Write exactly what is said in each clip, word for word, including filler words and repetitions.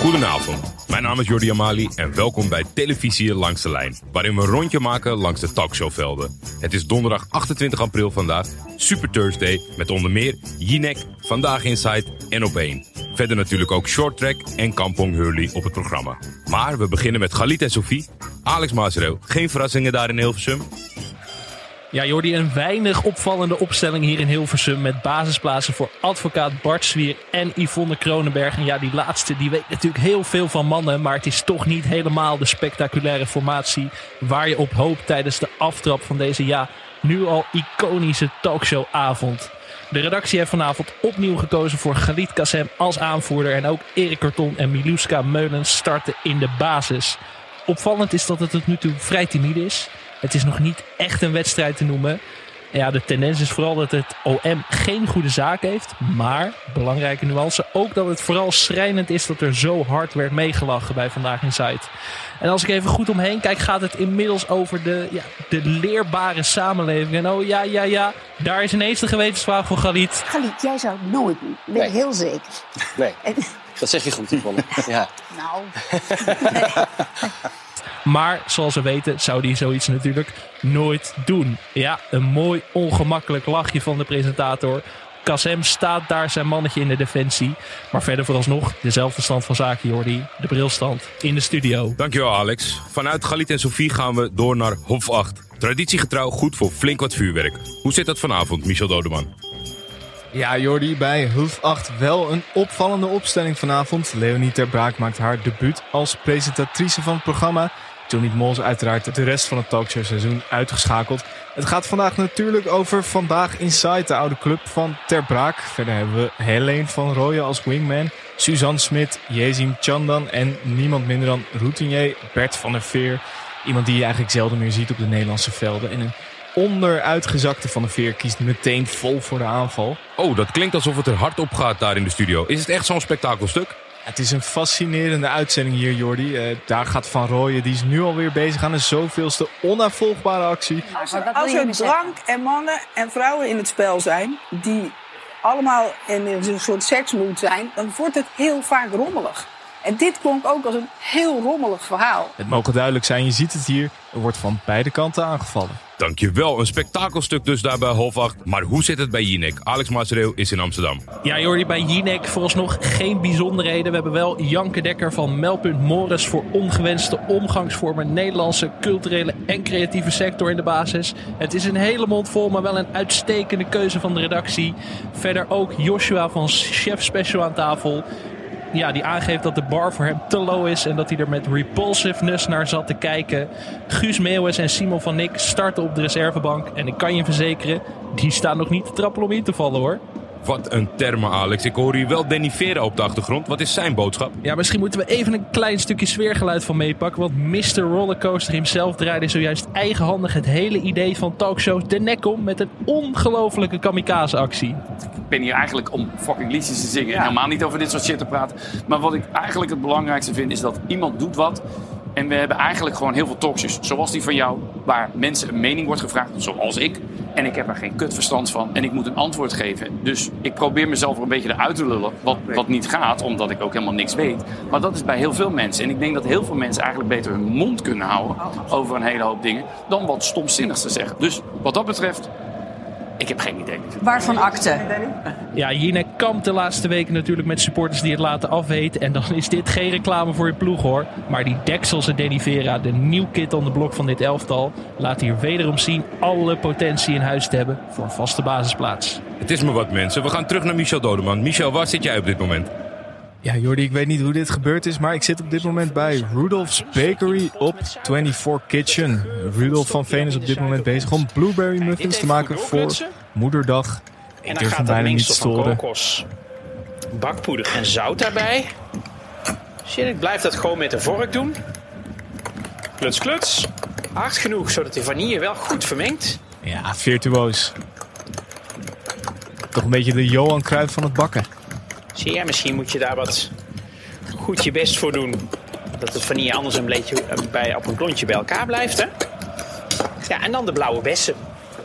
Goedenavond, mijn naam is Jordi Amali en welkom bij Televisie Langs de Lijn, waarin we een rondje maken langs de talkshowvelden. Het is donderdag achtentwintig april vandaag, Super Thursday, met onder meer Jinek, Vandaag Inside en Op één. Verder natuurlijk ook Short Track en Kampong Hurley op het programma. Maar we beginnen met Galit en Sophie. Alex Maasreel, geen verrassingen daar in Hilversum? Ja, Jordi, een weinig opvallende opstelling hier in Hilversum met basisplaatsen voor advocaat Bart Zwier en Yvonne Kronenberg. En ja, die laatste die weet natuurlijk heel veel van mannen, maar het is toch niet helemaal de spectaculaire formatie waar je op hoopt tijdens de aftrap van deze, ja, nu al iconische talkshowavond. De redactie heeft vanavond opnieuw gekozen voor Galit Kassem als aanvoerder en ook Erik Korton en Miluska Meulens starten in de basis. Opvallend is dat het tot nu toe vrij timide is. Het is nog niet echt een wedstrijd te noemen. Ja, de tendens is vooral dat het O M geen goede zaak heeft. Maar, belangrijke nuance, ook dat het vooral schrijnend is dat er zo hard werd meegelachen bij Vandaag Inside. En als ik even goed omheen kijk, gaat het inmiddels over de, ja, de leerbare samenleving. En oh ja, ja, ja, daar is ineens de gewetensvraag voor Galit. Galit, jij zou het nooit doen. Ben ik Nee. heel zeker. Nee, En- dat zeg je goed, Yvonne. Ja. Nou, Maar, zoals we weten, zou hij zoiets natuurlijk nooit doen. Ja, een mooi ongemakkelijk lachje van de presentator. Kassem staat daar zijn mannetje in de defensie. Maar verder vooralsnog dezelfde stand van zaken, Jordi. De brilstand in de studio. Dankjewel Alex. Vanuit Galit en Sophie gaan we door naar Hof acht. Traditiegetrouw goed voor flink wat vuurwerk. Hoe zit dat vanavond, Michel Dodeman? Ja, Jordi, bij Hof acht wel een opvallende opstelling vanavond. Leonie Ter Braak maakt haar debuut als presentatrice van het programma. Johnny de Mol is uiteraard de rest van het talkshowseizoen uitgeschakeld. Het gaat vandaag natuurlijk over Vandaag Inside, de oude club van Ter Braak. Verder hebben we Helene van Rooyen als wingman, Suzanne Smit, Jezim Chandan en niemand minder dan routinier Bert van der Veer. Iemand die je eigenlijk zelden meer ziet op de Nederlandse velden. En een onderuitgezakte Van der Veer kiest meteen vol voor de aanval. Oh, dat klinkt alsof het er hard op gaat daar in de studio. Is het echt zo'n spektakelstuk? Het is een fascinerende uitzending hier, Jordi. Uh, daar gaat Van Rooyen, die is nu alweer bezig aan een zoveelste onnavolgbare actie. maar wat wil Als je er me zeggen? drank en mannen en vrouwen in het spel zijn, die allemaal in een soort seksmoed zijn, dan wordt het heel vaak rommelig. En dit klonk ook als een heel rommelig verhaal. Het mogen duidelijk zijn, je ziet het hier. Er wordt van beide kanten aangevallen. Dankjewel, een spektakelstuk dus daar bij Hof acht. Maar hoe zit het bij Jinek? Alex Maasreel is in Amsterdam. Ja, Jordi, bij Jinek vooralsnog geen bijzonderheden. We hebben wel Janke Dekker van Meldpunt Morris voor ongewenste omgangsvormen Nederlandse culturele en creatieve sector in de basis. Het is een hele mond vol, maar wel een uitstekende keuze van de redactie. Verder ook Joshua van Chef Special aan tafel. Ja, die aangeeft dat de bar voor hem te low is en dat hij er met repulsiveness naar zat te kijken. Guus Meeuwis en Simon van Nick starten op de reservebank. En ik kan je verzekeren, die staan nog niet te trappelen om in te vallen, hoor. Wat een termen, Alex. Ik hoor hier wel Danny Vera op de achtergrond. Wat is zijn boodschap? Ja, misschien moeten we even een klein stukje sfeergeluid van meepakken. Want mister Rollercoaster himself draaide zojuist eigenhandig het hele idee van talkshows de nek om met een ongelofelijke kamikaze-actie. Ik ben hier eigenlijk om fucking liedjes te zingen en helemaal niet over dit soort shit te praten. Maar wat ik eigenlijk het belangrijkste vind is dat iemand doet wat. En we hebben eigenlijk gewoon heel veel talkshows, zoals die van jou, waar mensen een mening wordt gevraagd, zoals ik. En ik heb er geen kut verstand van en ik moet een antwoord geven. Dus ik probeer mezelf er een beetje eruit te lullen, wat, wat niet gaat, omdat ik ook helemaal niks weet. Maar dat is bij heel veel mensen. En ik denk dat heel veel mensen eigenlijk beter hun mond kunnen houden over een hele hoop dingen, dan wat stomzinnigs te zeggen. Dus wat dat betreft, ik heb geen idee. Waarvan akte? Ja, Jinek kampt de laatste weken natuurlijk met supporters die het laten afweten. En dan is dit geen reclame voor je ploeg, hoor. Maar die Dekselse Danny Vera, de nieuw kid on the block van dit elftal, laat hier wederom zien alle potentie in huis te hebben voor een vaste basisplaats. Het is me wat, mensen. We gaan terug naar Michel Dodeman. Michel, waar zit jij op dit moment? Ja, Jordi, ik weet niet hoe dit gebeurd is, maar ik zit op dit moment bij Rudolph's Bakery op vierentwintig Kitchen. Rudolf van Veen is op dit moment bezig om blueberry muffins te maken voor Moederdag. En Ik dan durf gaat hem het bijna niet mengsel te van storen. kokos, bakpoeder en zout daarbij. Zie, ik blijf dat gewoon met een vork doen. Kluts, kluts. Hard genoeg, zodat de vanille wel goed vermengt. Ja, virtuoos. Toch een beetje de Johan Cruijff van het bakken. Zie je, misschien moet je daar wat goed je best voor doen. Dat het vanille anders een beetje bij, op een klontje bij elkaar blijft, hè? Ja, en dan de blauwe bessen.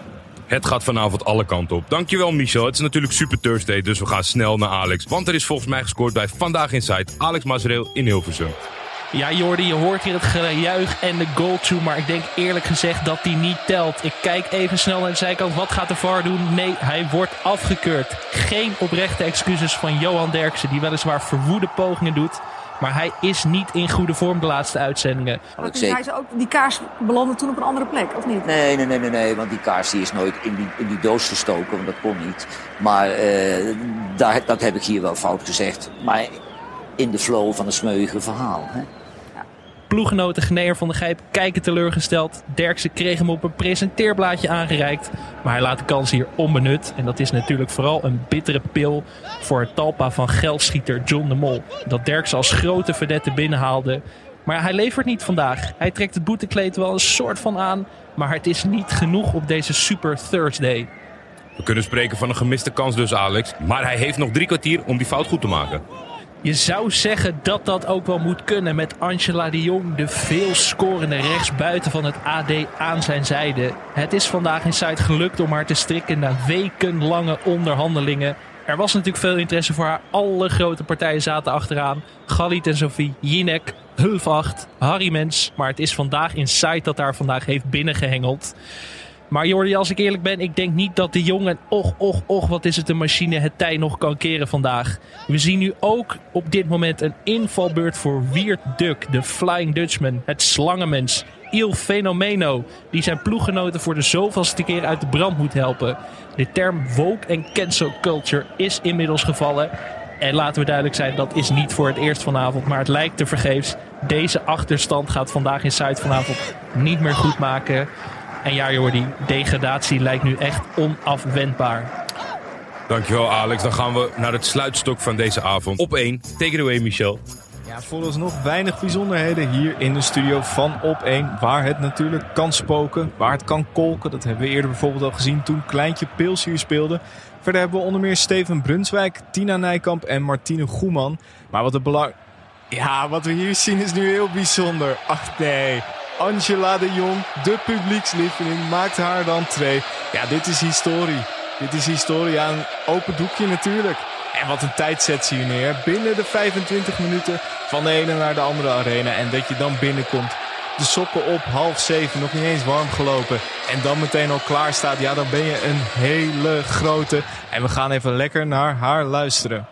Het gaat vanavond alle kanten op. Dankjewel Michel. Het is natuurlijk Super Thursday, dus we gaan snel naar Alex. Want er is volgens mij gescoord bij Vandaag Inside. Alex Mazereel in Hilversum. Ja, Jordi, je hoort hier het gejuich en de goal toe. Maar ik denk eerlijk gezegd dat die niet telt. Ik kijk even snel naar de zijkant. Wat gaat de V A R doen? Nee, hij wordt afgekeurd. Geen oprechte excuses van Johan Derksen, die weliswaar verwoede pogingen doet. Maar hij is niet in goede vorm de laatste uitzendingen. Maar toen zei ze ook, die kaars belandde toen op een andere plek, of niet? Nee, nee, nee, nee, nee, want die kaars die is nooit in die, in die doos gestoken, want dat kon niet. Maar uh, daar, dat heb ik hier wel fout gezegd. Maar in de flow van een smeuïge verhaal, hè. Ploeggenoten Geneer van de Gijp kijken teleurgesteld. Derksen kreeg hem op een presenteerblaadje aangereikt. Maar hij laat de kans hier onbenut. En dat is natuurlijk vooral een bittere pil voor het talpa van geldschieter John de Mol. Dat Derksen als grote vedette binnenhaalde. Maar hij levert niet vandaag. Hij trekt het boetekleed wel een soort van aan. Maar het is niet genoeg op deze Super Thursday. We kunnen spreken van een gemiste kans dus, Alex. Maar hij heeft nog drie kwartier om die fout goed te maken. Je zou zeggen dat dat ook wel moet kunnen met Angela de Jong, de veel scorende rechtsbuiten van het A D, aan zijn zijde. Het is vandaag in Zuid gelukt om haar te strikken na wekenlange onderhandelingen. Er was natuurlijk veel interesse voor haar. Alle grote partijen zaten achteraan. Galit en Sophie, Jinek, Hulvacht, Harry Mens. Maar het is vandaag in Zuid dat daar vandaag heeft binnengehengeld. Maar Jordi, als ik eerlijk ben, ik denk niet dat de jongen, och, och, och, wat is het een machine, het tij nog kan keren vandaag. We zien nu ook op dit moment een invalbeurt voor Wiert Duk, de Flying Dutchman, het slangenmens, Il Fenomeno, die zijn ploeggenoten voor de zoveelste keer uit de brand moet helpen. De term woke en cancel culture is inmiddels gevallen. En laten we duidelijk zijn, dat is niet voor het eerst vanavond, maar het lijkt te vergeefs. Deze achterstand gaat vandaag in Zuid vanavond niet meer goed maken. En ja, Jordi, degradatie lijkt nu echt onafwendbaar. Dankjewel, Alex. Dan gaan we naar het sluitstok van deze avond. Op één. Take it away, Michel. Ja, vooralsnog weinig bijzonderheden hier in de studio van Op één. Waar het natuurlijk kan spoken, waar het kan kolken. Dat hebben we eerder bijvoorbeeld al gezien toen Kleintje Pils hier speelde. Verder hebben we onder meer Steven Brunswijk, Tina Nijkamp en Martine Goeman. Maar wat het belang... Ja, wat we hier zien is nu heel bijzonder. Ach nee... Angela de Jong, de publiekslieveling, maakt haar de entree. Ja, dit is historie. Dit is historie aan een open doekje natuurlijk. En wat een tijd zet ze hier neer. Binnen de vijfentwintig minuten van de ene naar de andere arena. En dat je dan binnenkomt. De sokken op, half zeven, nog niet eens warm gelopen. En dan meteen al klaar staat. Ja, dan ben je een hele grote. En we gaan even lekker naar haar luisteren.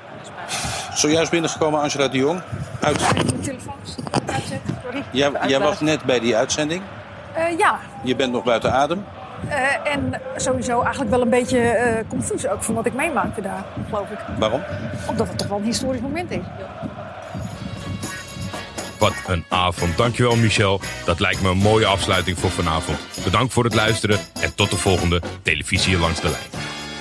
Zojuist binnengekomen Angela de Jong. Uit... Jij, jij was net bij die uitzending? Uh, ja. Je bent nog buiten adem? Uh, en sowieso eigenlijk wel een beetje uh, confuus ook van wat ik meemaakte daar, geloof ik. Waarom? Omdat het toch wel een historisch moment is. Wat een avond. Dankjewel, Michel. Dat lijkt me een mooie afsluiting voor vanavond. Bedankt voor het luisteren en tot de volgende Televisie Langs de Lijn.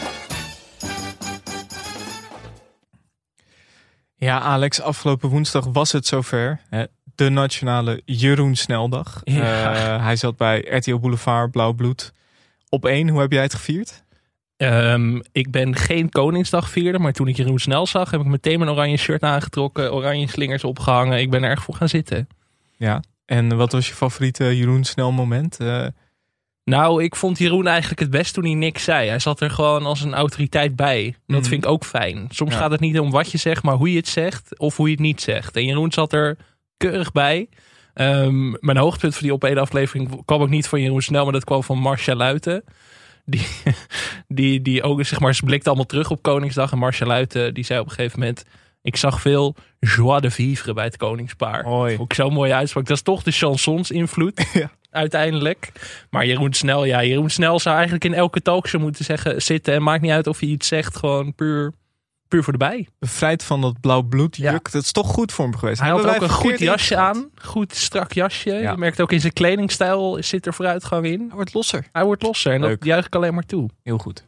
Ja, Alex, afgelopen woensdag was het zover. Hè? De nationale Jeroen Sneldag. Ja. Uh, hij zat bij R T L Boulevard, Blauw Bloed. Op één, hoe heb jij het gevierd? Um, ik ben geen Koningsdagvierder, maar toen ik Jeroen Snel zag, heb ik meteen mijn oranje shirt aangetrokken, oranje slingers opgehangen. Ik ben er erg voor gaan zitten. Ja, en wat was je favoriete Jeroen Snel moment? Uh... Nou, ik vond Jeroen eigenlijk het best toen hij niks zei. Hij zat er gewoon als een autoriteit bij. Dat mm. vind ik ook fijn. Soms ja. gaat het niet om wat je zegt, maar hoe je het zegt of hoe je het niet zegt. En Jeroen zat er keurig bij. Um, mijn hoogtepunt van die op één aflevering kwam ook niet van Jeroen Snel, maar dat kwam van Marcia Luiten. Die, die, die ook, zeg maar, ze blikte allemaal terug op Koningsdag. En Marcia Luiten, die zei op een gegeven moment: ik zag veel joie de vivre bij het koningspaar. Hoi. Ook zo'n mooie uitspraak. Dat is toch de chansons invloed. Ja. Uiteindelijk. Maar Jeroen Snel, ja, Jeroen Snel zou eigenlijk in elke talkshow moeten zeggen, zitten. En maakt niet uit of hij iets zegt, gewoon puur, puur voor de bij. Bevrijd van dat blauw bloedjuk. Ja. Dat is toch goed voor hem geweest. Hij had ook een goed jasje aan. Goed strak jasje. Ja. Je merkt ook in zijn kledingstijl zit er vooruitgang in. Hij wordt losser. Hij wordt losser. En Leuk. Dat juich ik alleen maar toe. Heel goed.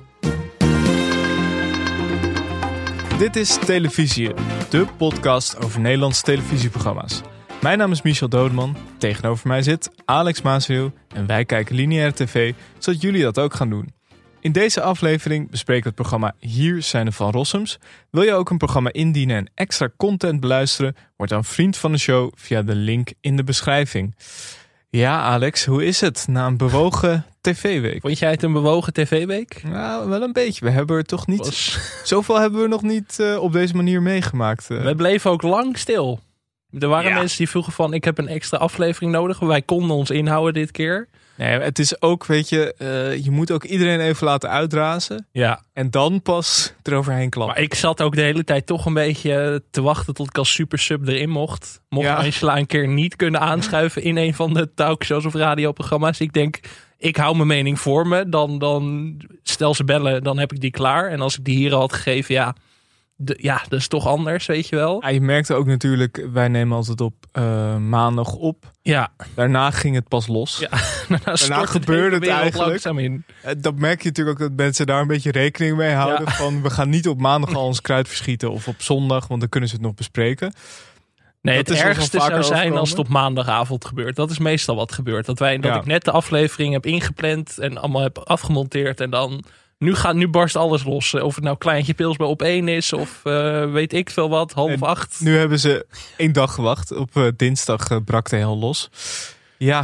Dit is Televisie, de podcast over Nederlandse televisieprogramma's. Mijn naam is Michel Dodeman, tegenover mij zit Alex Mazereel en wij kijken lineaire tv, zodat jullie dat ook gaan doen. In deze aflevering bespreken we het programma Hier zijn de Van Rossums. Wil je ook een programma indienen en extra content beluisteren? Word dan vriend van de show via de link in de beschrijving. Ja, Alex, hoe is het na een bewogen tv-week? Vond jij het een bewogen tv-week? Nou, wel een beetje. We hebben er toch niet... Was... Zoveel hebben we nog niet uh, op deze manier meegemaakt. Uh. We bleven ook lang stil. Er waren ja. mensen die vroegen van, ik heb een extra aflevering nodig. Wij konden ons inhouden dit keer. Nee, het is ook, weet je, uh, je moet ook iedereen even laten uitrazen. Ja. En dan pas eroverheen klappen. Maar ik zat ook de hele tijd toch een beetje te wachten tot ik als super sub erin mocht. Mocht ja. Angela een keer niet kunnen aanschuiven in een van de talkshows of radioprogramma's. Ik denk, ik hou mijn mening voor me. Dan, dan stel ze bellen, dan heb ik die klaar. En als ik die hier al had gegeven, ja... De, ja, dat is toch anders, weet je wel. Ja, je merkte ook natuurlijk, wij nemen altijd op uh, maandag op. Ja. Daarna ging het pas los. Ja, daarna, daarna gebeurde het eigenlijk. In. Dat merk je natuurlijk ook dat mensen daar een beetje rekening mee houden. Ja. Van, we gaan niet op maandag al ons kruid verschieten of op zondag, want dan kunnen ze het nog bespreken. Nee, dat het ergste zou zijn overkomen. als het op maandagavond gebeurt. Dat is meestal wat gebeurt. Dat, wij, dat ja. ik net de aflevering heb ingepland en allemaal heb afgemonteerd en dan... Nu, gaat, nu barst alles los. Of het nou Kleintje Pils bij op één is of uh, weet ik veel wat, half en acht. Nu hebben ze één dag gewacht. Op uh, dinsdag uh, brak de hel los. Ja.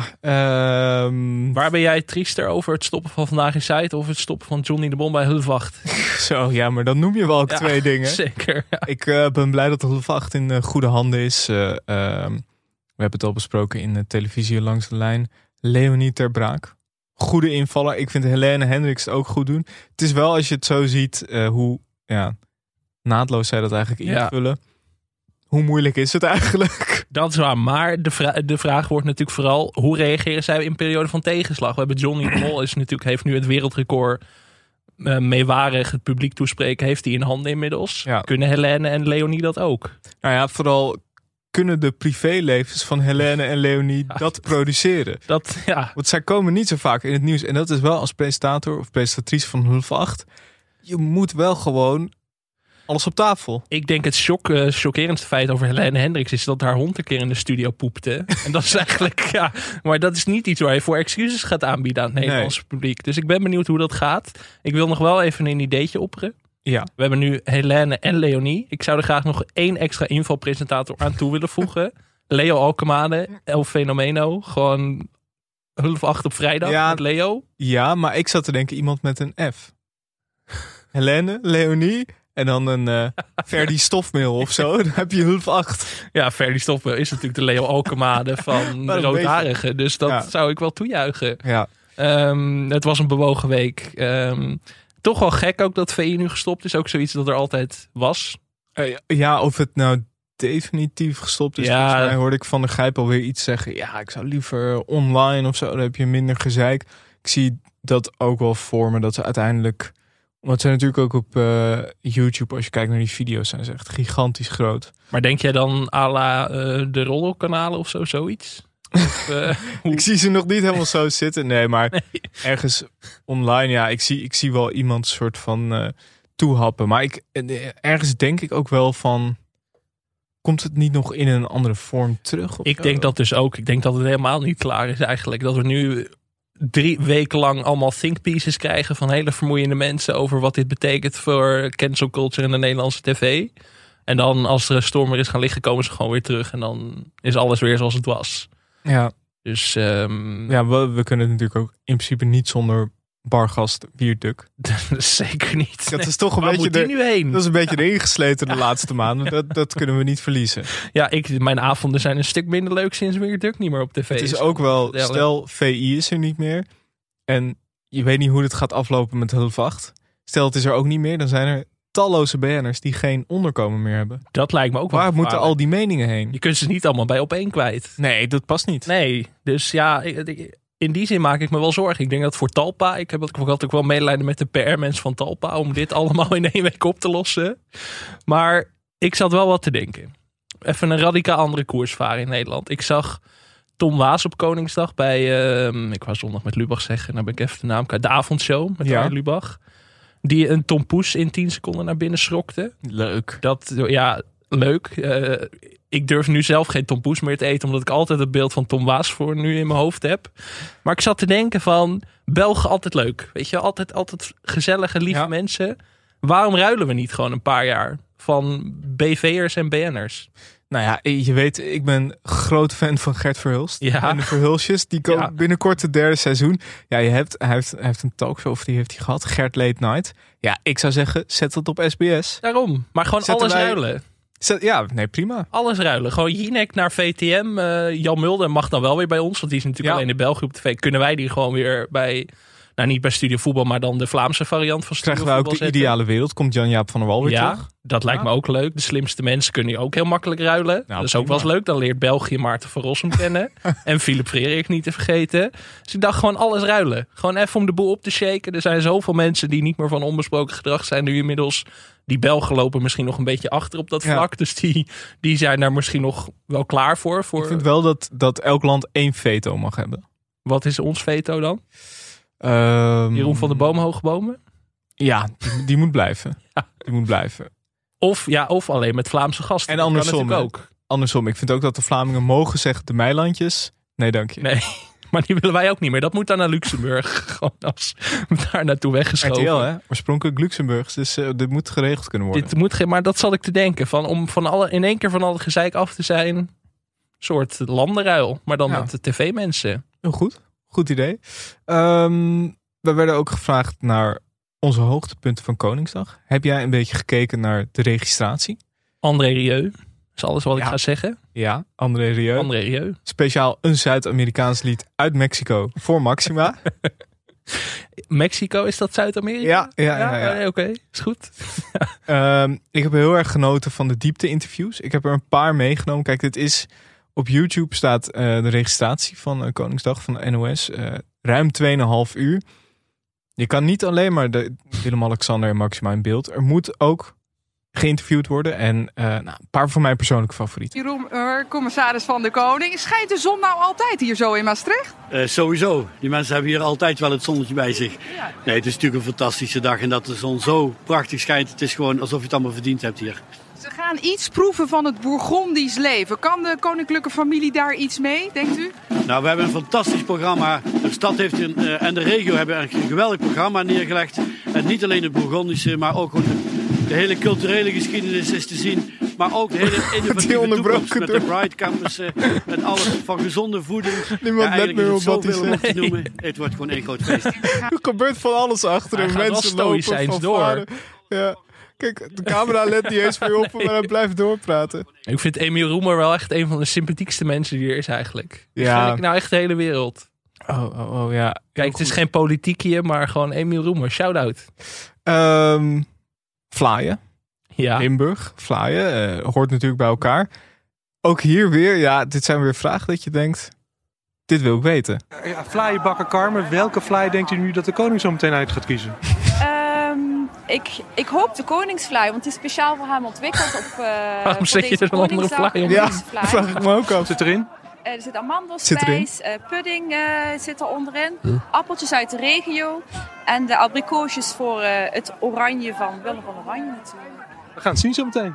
Um... Waar ben jij triester over? Het stoppen van Vandaag in Site of het stoppen van Johnny de Bon bij Hulf acht? Zo, ja, maar dan noem je wel ook ja, twee dingen. Zeker. Ja. Ik uh, ben blij dat de Hulf acht in uh, goede handen is. Uh, uh, we hebben het al besproken in de televisie langs de lijn. Leonie Ter Braak. Goede invaller. Ik vind Helene Hendricks het ook goed doen. Het is wel, als je het zo ziet, uh, hoe ja, naadloos zij dat eigenlijk invullen. Ja. Hoe moeilijk is het eigenlijk? Dat is waar, maar de, vra- de vraag wordt natuurlijk vooral... hoe reageren zij in periode van tegenslag? We hebben Johnny de Mol, is natuurlijk, heeft nu het wereldrecord... Uh, meewarig het publiek toespreken, heeft hij in handen inmiddels. Ja. Kunnen Helene en Leonie dat ook? Nou ja, vooral... kunnen de privélevens van Helene en Leonie ja, dat produceren. Dat, ja. Want zij komen niet zo vaak in het nieuws. En dat is wel als presentator of presentatrice van Hulf acht. Je moet wel gewoon alles op tafel. Ik denk het shock, uh, chockerendste feit over Helene Hendricks is dat haar hond een keer in de studio poepte. En dat is eigenlijk, ja, maar dat is niet iets waar je voor excuses gaat aanbieden aan het Nederlandse nee. publiek. Dus ik ben benieuwd hoe dat gaat. Ik wil nog wel even een ideetje opperen. Ja. We hebben nu Helene en Leonie. Ik zou er graag nog één extra invalpresentator aan toe willen voegen. Leo Alkemade, El Fenomeno. Gewoon Hulf acht op vrijdag ja, met Leo. Ja, maar ik zat te denken iemand met een F. Helene, Leonie en dan een uh, Ferdy Stofmeel of zo. Dan heb je Hulf acht. Ja, Ferdy Stofmeel is natuurlijk de Leo Alkemade van de Roodharigen. Dus dat ja. zou ik wel toejuichen. Ja. Um, het was een bewogen week. Um, Toch wel gek ook dat V I nu gestopt is. Ook zoiets dat er altijd was. Uh, ja, of het nou definitief gestopt is. Ja. Volgens mij hoorde ik Van der Gijp alweer iets zeggen. Ja, ik zou liever online of zo. Dan heb je minder gezeik. Ik zie dat ook wel voor me. Dat ze uiteindelijk... Want ze zijn natuurlijk ook op uh, YouTube. Als je kijkt naar die video's. Zijn ze echt gigantisch groot. Maar denk jij dan à la uh, de Rollo-kanalen of zo? Zoiets? Of, uh, hoe... Ik zie ze nog niet helemaal zo zitten. Nee, maar nee. ergens online, ja, ik zie, ik zie wel iemand soort van uh, toehappen. Maar ik, ergens denk ik ook wel van... Komt het niet nog in een andere vorm terug? Ik zo? denk dat dus ook. Ik denk dat het helemaal niet klaar is eigenlijk. Dat we nu drie weken lang allemaal think pieces krijgen... van hele vermoeiende mensen over wat dit betekent... voor cancel culture in de Nederlandse tv. En dan als er een storm er is gaan liggen... komen ze gewoon weer terug. En dan is alles weer zoals het was. Ja, dus um... ja, we, we kunnen het natuurlijk ook in principe niet zonder bargast Wierduk. Zeker niet. Dat nee. is toch een Waar beetje moet die nu heen? Dat is een beetje erin gesleten de laatste maanden. Dat, dat kunnen we niet verliezen. Ja, ik, mijn avonden zijn een stuk minder leuk sinds Wierduk niet meer op tv. Het is ook wel, stel V I is er niet meer en je weet niet hoe het gaat aflopen met Hulf acht. Stel het is er ook niet meer, dan zijn er talloze B N'ers die geen onderkomen meer hebben. Dat lijkt me ook wel. Waar moeten al die meningen heen? Je kunt ze niet allemaal bij op één kwijt. Nee, dat past niet. Nee, dus ja, in die zin maak ik me wel zorgen. Ik denk dat voor Talpa, ik heb altijd ook wel medelijden met de P R-mensen van Talpa om dit allemaal in één week op te lossen. Maar ik zat wel wat te denken. Even een radicaal andere koers varen in Nederland. Ik zag Tom Waas op Koningsdag bij, uh, ik wou zondag met Lubach zeggen, nou ben ik even de naam kwijt, de avondshow met ja. Lubach. Die een Tom Poes in tien seconden naar binnen schrokte. Leuk. Dat, ja, leuk. Uh, ik durf nu zelf geen Tom Poes meer te eten, omdat ik altijd het beeld van Tom Waas voor nu in mijn hoofd heb. Maar ik zat te denken van, Belgen altijd leuk. Weet je, altijd, altijd gezellige, lieve ja. mensen. Waarom ruilen we niet gewoon een paar jaar van B V'ers en B N'ers? Nou ja, je weet, ik ben groot fan van Gert Verhulst. Ja. En de Verhulstjes, die komen Ja. binnenkort het derde seizoen. Ja, je hebt, hij, heeft, hij heeft een talkshow, of die heeft hij gehad. Gert Late Night. Ja, ik zou zeggen, zet dat op S B S. Daarom. Maar gewoon Zetten alles wij- ruilen. Zet, ja, nee, prima. Alles ruilen. Gewoon Jinek naar V T M. Uh, Jan Mulder mag dan wel weer bij ons. Want die is natuurlijk Ja. alleen in België op tv. Kunnen wij die gewoon weer bij... Nou, niet bij Studio Voetbal, maar dan de Vlaamse variant van Studio Krijgen wij ook Voetbal de zetten. ideale wereld. Komt Jan-Jaap van der Wal weer Ja, terug? dat lijkt Ja. me ook leuk. De slimste mensen kunnen je ook heel makkelijk ruilen. dat is ook prima. wel eens leuk. Dan leert België Maarten van Rossum kennen. En Philip Frederik niet te vergeten. Dus ik dacht gewoon alles ruilen. Gewoon even om de boel op te shaken. Er zijn zoveel mensen die niet meer van onbesproken gedrag zijn. Nu inmiddels, die Belgen lopen misschien nog een beetje achter op dat Ja. vlak. Dus die, die zijn daar misschien nog wel klaar voor. voor Ik vind wel dat, dat elk land één veto mag hebben. Wat is ons veto dan? Um, Jeroen van de Boom, Hoogbomen? Ja, die, die moet blijven. Ja. Die moet blijven. Of, ja, of alleen met Vlaamse gasten. En Dat kan andersom, natuurlijk hè? ook. Andersom, ik vind ook dat de Vlamingen mogen zeggen de Meilandjes. Nee, dank je. Nee, maar die willen wij ook niet meer. Dat moet dan naar Luxemburg. Gewoon als daar naartoe R weggeschoven. T L, hè? Oorspronkelijk Luxemburg. Dus uh, dit moet geregeld kunnen worden. Dit moet, ge- maar dat zat ik te denken. Van, om van alle, in één keer van al het gezeik af te zijn. Een soort landenruil. Maar dan Ja. met de tv-mensen. Heel goed. Goed idee. Um, we werden ook gevraagd naar onze hoogtepunten van Koningsdag. Heb jij een beetje gekeken naar de registratie? André Rieu. Is alles wat Ja. ik ga zeggen. Ja, André Rieu. André Rieu. Speciaal een Zuid-Amerikaans lied uit Mexico voor Maxima. Mexico, is dat Zuid-Amerika? Ja, ja, ja, ja. nee, Oké, is goed. Um, ik heb heel erg genoten van de diepte-interviews. Ik heb er een paar meegenomen. Kijk, dit is... Op YouTube staat uh, de registratie van uh, Koningsdag van de N O S. Uh, ruim twee en een half uur. Je kan niet alleen maar de Willem-Alexander en Maxima in beeld. Er moet ook geïnterviewd worden. En uh, nou, een paar van mijn persoonlijke favorieten. Jeroen Ur, commissaris van de Koning. Schijnt de zon nou altijd hier zo in Maastricht? Uh, sowieso. Die mensen hebben hier altijd wel het zonnetje bij zich. Ja. Nee, het is natuurlijk een fantastische dag. En dat de zon zo prachtig schijnt. Het is gewoon alsof je het allemaal verdiend hebt hier. Ze gaan iets proeven van het Bourgondisch leven. Kan de koninklijke familie daar iets mee, denkt u? Nou, we hebben een fantastisch programma. De stad heeft een, uh, en de regio hebben een geweldig programma neergelegd. En niet alleen het Bourgondische, maar ook de, de hele culturele geschiedenis is te zien. Maar ook de hele innovatieve toekomst met de Bright Campus. Uh, en alles van gezonde voeding. Niemand ja, let meer op wat hij zoveel om op te zegt. noemen. Het wordt gewoon één groot feest. Er gebeurt van alles achter Hij hem. gaat wel Mensen lopen stoïcijns van door. varen. Ja. Kijk, de camera let niet eens meer op, maar hij blijft doorpraten. Ik vind Emiel Roemer wel echt een van de sympathiekste mensen die er is eigenlijk. Die Ja. gun ik nou echt de hele wereld. Oh, oh, oh ja. Kijk, het is geen politiekje, maar gewoon Emiel Roemer. Shout-out. Um, Vlaaien. Ja. Limburg. Vlaaien. Uh, hoort natuurlijk bij elkaar. Ook hier weer, ja, dit zijn weer vragen dat je denkt, dit wil ik weten. Ja, Vlaaienbakker Carmen, welke vlaai denkt u nu dat de koning zo meteen uit gaat kiezen? Um, ik, ik hoop de koningsvlaai, want die is speciaal voor hem ontwikkeld. Op, uh, Waarom voor zet je deze er een andere Koningsdag. vlaai op? Ja, Deze vlaai. dat vraag ik me ook af. Zit erin? Uh, er zit Zit erin? amandelspijs, uh, pudding uh, zit er onderin, appeltjes uit de regio en de abrikoosjes voor uh, het oranje van Willem van Oranje natuurlijk. We gaan het zien zo meteen.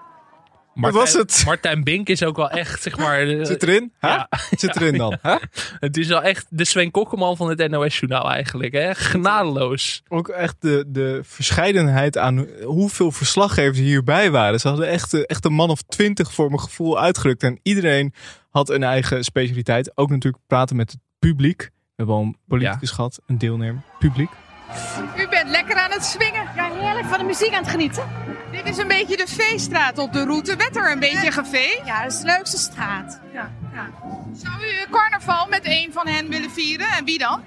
Wat was het? Martijn Bink is ook wel echt, zeg maar... de- Zit erin? Huh? Ja. Zit erin dan? Huh? Het is wel echt de Sven Kokkelman van het N O S-journaal eigenlijk. Hè? Genadeloos. Ook echt de, de verscheidenheid aan hoeveel verslaggevers hierbij waren. Ze hadden echt, eh, echt een man of twintig voor mijn gevoel uitgerukt. En iedereen had een eigen specialiteit. Ook natuurlijk praten met het publiek. We hebben al een politicus Ja. gehad, een deelnemer. Publiek. U bent lekker aan het swingen. Ja, heerlijk van de muziek aan het genieten. Dit is een beetje de veestraat op de route. Werd er een beetje geveegd? Ja, dat is de leukste straat. Ja, ja. Zou u carnaval met een van hen willen vieren? En wie dan?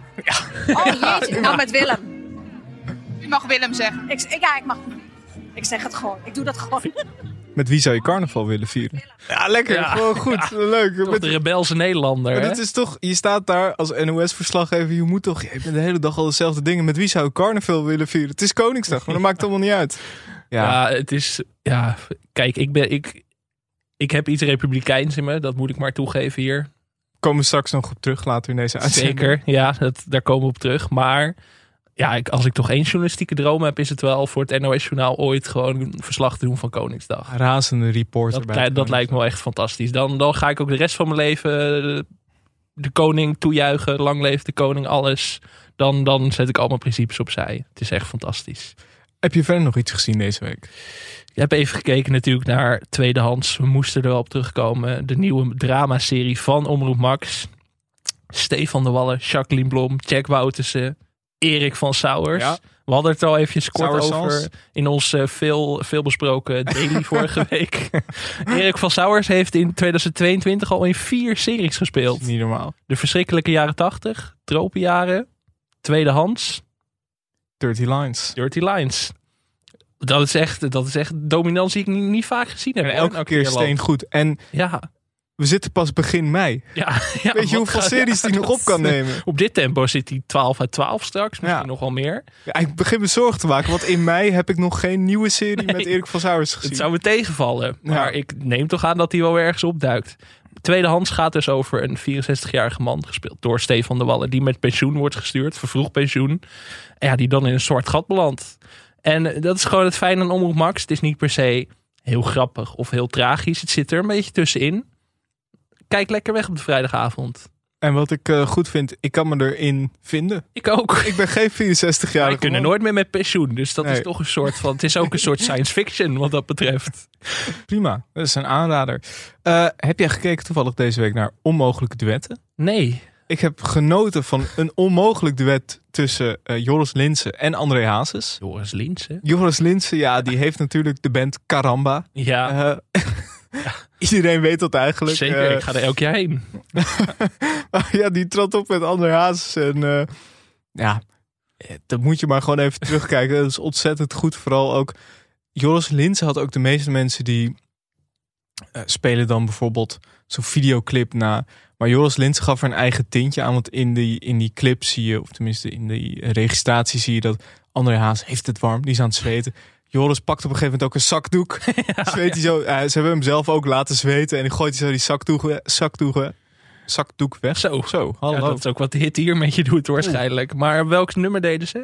Oh jeetje, nou met Willem. U mag Willem zeggen. Ik, ik, ja, ik mag. Ik zeg het gewoon. Ik doe dat gewoon. Met wie zou je carnaval willen vieren? Ja, lekker. Ja. Gewoon goed. Leuk. Toch Met- de rebelse Nederlander. Maar Hè? dat is toch, je staat daar als N O S-verslaggever. Je moet toch, je bent de hele dag al dezelfde dingen. Met wie zou ik carnaval willen vieren? Het is Koningsdag, maar dat maakt allemaal niet uit. Ja. het is... Ja, kijk, ik ben... Ik, ik heb iets republikeins in me. Dat moet ik maar toegeven hier. Komen we straks nog op terug later in deze uitzending. Zeker, ja, dat, daar komen we op terug. Maar ja, ik, als ik toch één journalistieke droom heb, is het wel voor het N O S-journaal ooit gewoon een verslag te doen van Koningsdag. Razende reporter Dat, bij dat, het dat lijkt me wel echt fantastisch. Dan, dan ga ik ook de rest van mijn leven de, de koning toejuichen. Lang leeft de koning, alles. Dan, dan zet ik al mijn principes opzij. Het is echt fantastisch. Heb je verder nog iets gezien deze week? Ik heb even gekeken natuurlijk naar tweedehands. We moesten er wel op terugkomen. De nieuwe dramaserie van Omroep Max. Stefan de Wallen, Jacqueline Blom, Jack Woutersen, Erik van Sauers. Ja. We hadden het er al eventjes kort Sauersans. over in ons uh, veel, veel besproken daily vorige week. Erik van Sauers heeft in tweeduizend tweeëntwintig al in vier series gespeeld. Niet normaal. De verschrikkelijke jaren tachtig, tropenjaren, tweedehands. Dirty Lines. Dirty Lines. Dat is echt, dat is echt dominantie die ik niet, niet vaak gezien heb. En elke, elke keer steen goed. En ja. We zitten pas begin mei. Ja, ja, Weet je hoeveel series hij ja, nog op kan nemen? Op dit tempo zit hij twaalf uit twaalf straks. Misschien ja. nog wel meer. Ja, ik begin me zorgen te maken. Want in mei heb ik nog geen nieuwe serie nee, met Erik van Sauers gezien. Het zou me tegenvallen. Maar ja. ik neem toch aan dat hij wel weer ergens opduikt. Tweedehands gaat dus over een vierenzestigjarige man. Gespeeld door Stefan de Wallen. Die met pensioen wordt gestuurd. Vervroegd pensioen. En ja, die dan in een zwart gat belandt. En dat is gewoon het fijne aan Omroep Max. Het is niet per se heel grappig of heel tragisch. Het zit er een beetje tussenin. Kijk lekker weg op de vrijdagavond. En wat ik uh, goed vind, ik kan me erin vinden. Ik ook. Ik ben geen vierenzestig-jarige. We kunnen nooit meer met pensioen. Dus dat nee. is toch een soort van... Het is ook een soort science fiction wat dat betreft. Prima, dat is een aanrader. Uh, heb jij gekeken toevallig deze week naar Onmogelijke Duetten? Nee. Ik heb genoten van een onmogelijk duet tussen uh, Joris Linssen en André Hazes. Joris Linssen? Joris Linssen, ja, die heeft natuurlijk de band Caramba. Ja. Uh, ja. Iedereen weet dat eigenlijk. Zeker, uh, ik ga er elk jaar heen. Ja, die trad op met André Hazes. En uh, ja, dat moet je maar gewoon even terugkijken. Dat is ontzettend goed. Vooral ook, Joris Linssen had ook de meeste mensen die uh, spelen dan bijvoorbeeld zo'n videoclip na. Maar Joris Linssen gaf er een eigen tintje aan. Want in die, in die clip zie je, of tenminste in die registratie zie je dat André Hazes heeft het warm. Die is aan het zweten. Joris pakt op een gegeven moment ook een zakdoek. Ja, Zweet hij zo, uh, ze hebben hem zelf ook laten zweten. En die gooit hij zo die zakdoek, zakdoek, zakdoek weg. Zo, zo hallo. Ja, dat is ook wat de hit hier met je doet waarschijnlijk. Maar welk nummer deden ze?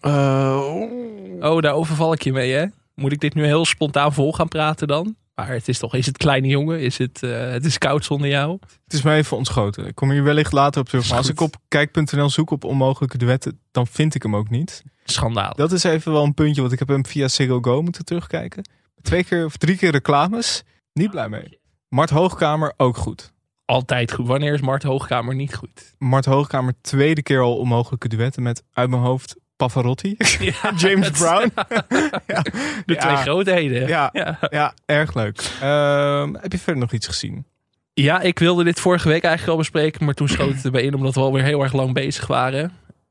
Uh, oh, daar overval ik je mee, hè? Moet ik dit nu heel spontaan vol gaan praten dan? Maar het is toch, is het kleine jongen? Is het, uh, het is koud zonder jou? Het is mij even ontschoten. Ik kom hier wellicht later op terug. Maar als ik op kijk punt n l zoek op onmogelijke duetten, dan vind ik hem ook niet. Schandaal. Dat is even wel een puntje, want ik heb hem via Ziggo Go moeten terugkijken. Twee keer of drie keer reclames. Niet blij mee. Mart Hoogkamer ook goed. Altijd goed. Wanneer is Mart Hoogkamer niet goed? Mart Hoogkamer tweede keer al onmogelijke duetten met uit mijn hoofd Pavarotti. Ja, James Brown. Ja. De ja. twee grootheden. Ja, ja. ja erg leuk. Uh, heb je verder nog iets gezien? Ja, ik wilde dit vorige week eigenlijk al bespreken, maar toen schoot het erbij in omdat we alweer heel erg lang bezig waren.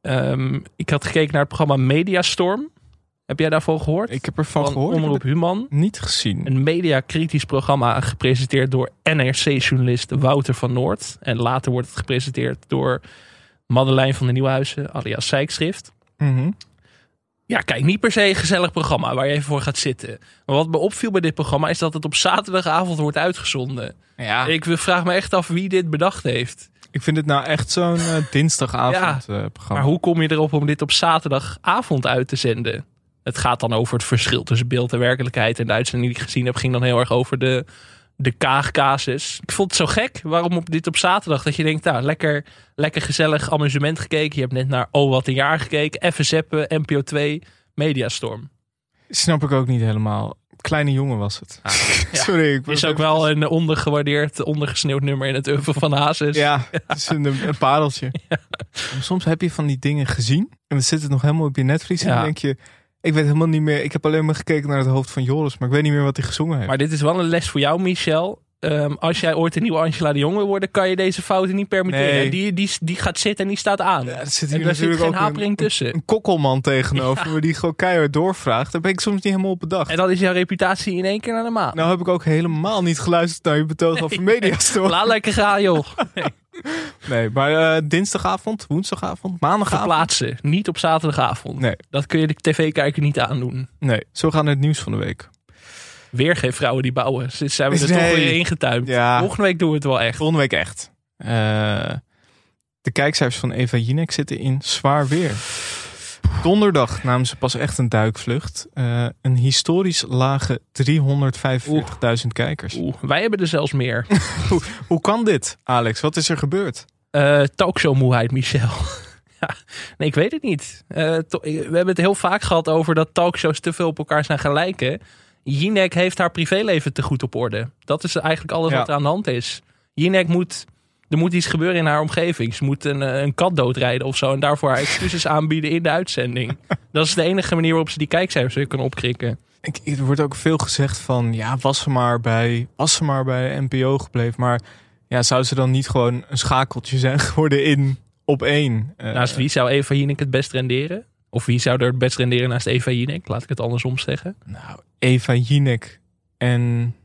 Um, ik had gekeken naar het programma Mediastorm. Heb jij daarvan gehoord? Ik heb ervan Van gehoord. Omroep Human. Niet gezien. Een mediakritisch programma gepresenteerd door N R C-journalist Wouter van Noord. En later wordt het gepresenteerd door Madeleine van de Nieuwhuizen, alias Zijkschrift. Mm-hmm. Ja, kijk, niet per se een gezellig programma waar je even voor gaat zitten. Maar wat me opviel bij dit programma is dat het op zaterdagavond wordt uitgezonden. Ja. Ik vraag me echt af wie dit bedacht heeft. Ik vind het nou echt zo'n uh, dinsdagavond ja, uh, programma. Maar hoe kom je erop om dit op zaterdagavond uit te zenden? Het gaat dan over het verschil tussen beeld en werkelijkheid. En de uitzending die ik gezien heb ging dan heel erg over de, de Kaag-casus. Ik vond het zo gek. Waarom op dit op zaterdag? Dat je denkt, nou, lekker, lekker gezellig amusement gekeken. Je hebt net naar Oh, wat een jaar gekeken. Even zeppen, N P O twee, Mediastorm. Snap ik ook niet helemaal. Kleine jongen was het. Ah, ja. Sorry. Ik is ook wel een ondergewaardeerd, ondergesneeuwd nummer in het oeuvre van Hazes. Ja, het is een, een pareltje. Ja. Soms heb je van die dingen gezien. En dan zit het nog helemaal op je netvlies. En ja. dan denk je, ik weet helemaal niet meer. Ik heb alleen maar gekeken naar het hoofd van Joris. Maar ik weet niet meer wat hij gezongen heeft. Maar dit is wel een les voor jou, Michel. Um, als jij ooit een nieuwe Angela de Jong wil worden, kan je deze fouten niet permitteren. Nee. Die, die, die gaat zitten en die staat aan. Ja, er zit hier en daar zit geen hapering een, tussen. Een, een kokkelman tegenover ja. me die gewoon keihard doorvraagt. Daar ben ik soms niet helemaal op bedacht. En dan is jouw reputatie in één keer naar de maan. Nou heb ik ook helemaal niet geluisterd naar je betoog nee. over Mediastorm. Laat lekker gaan, joh. Nee, nee maar uh, dinsdagavond, woensdagavond, maandagavond. Verplaatsen, niet op zaterdagavond. Nee. Dat kun je de tv-kijker niet aandoen. Nee, zo gaan het nieuws van de week. Weer geen vrouwen die bouwen. Dus zijn we er nee. toch weer ingetuimd. Ja. Volgende week doen we het wel echt. Volgende week echt. Uh, de kijkcijfers van Eva Jinek zitten in zwaar weer. Donderdag namen ze pas echt een duikvlucht. Uh, een historisch lage driehonderdvijfenveertigduizend kijkers. Oeh, wij hebben er zelfs meer. hoe, hoe kan dit, Alex? Wat is er gebeurd? Uh, talkshow moeheid, Michel. Ja, nee, ik weet het niet. Uh, to- we hebben het heel vaak gehad over dat talkshows te veel op elkaar zijn gaan lijken. Jinek heeft haar privéleven te goed op orde. Dat is eigenlijk alles Ja. wat er aan de hand is. Jinek moet... Er moet iets gebeuren in haar omgeving. Ze moet een, een kat doodrijden of zo. En daarvoor haar excuses aanbieden in de uitzending. Dat is de enige manier waarop ze die kijkcijfers weer kunnen opkrikken. Ik, er wordt ook veel gezegd van, ja, was ze maar bij, was ze maar bij N P O gebleven. Maar ja, zou ze dan niet gewoon een schakeltje zijn geworden in op één? Uh, Naast wie zou Eva Jinek het best renderen? Of wie zou er het best renderen naast Eva Jinek? Laat ik het andersom zeggen. Nou, Eva Jinek en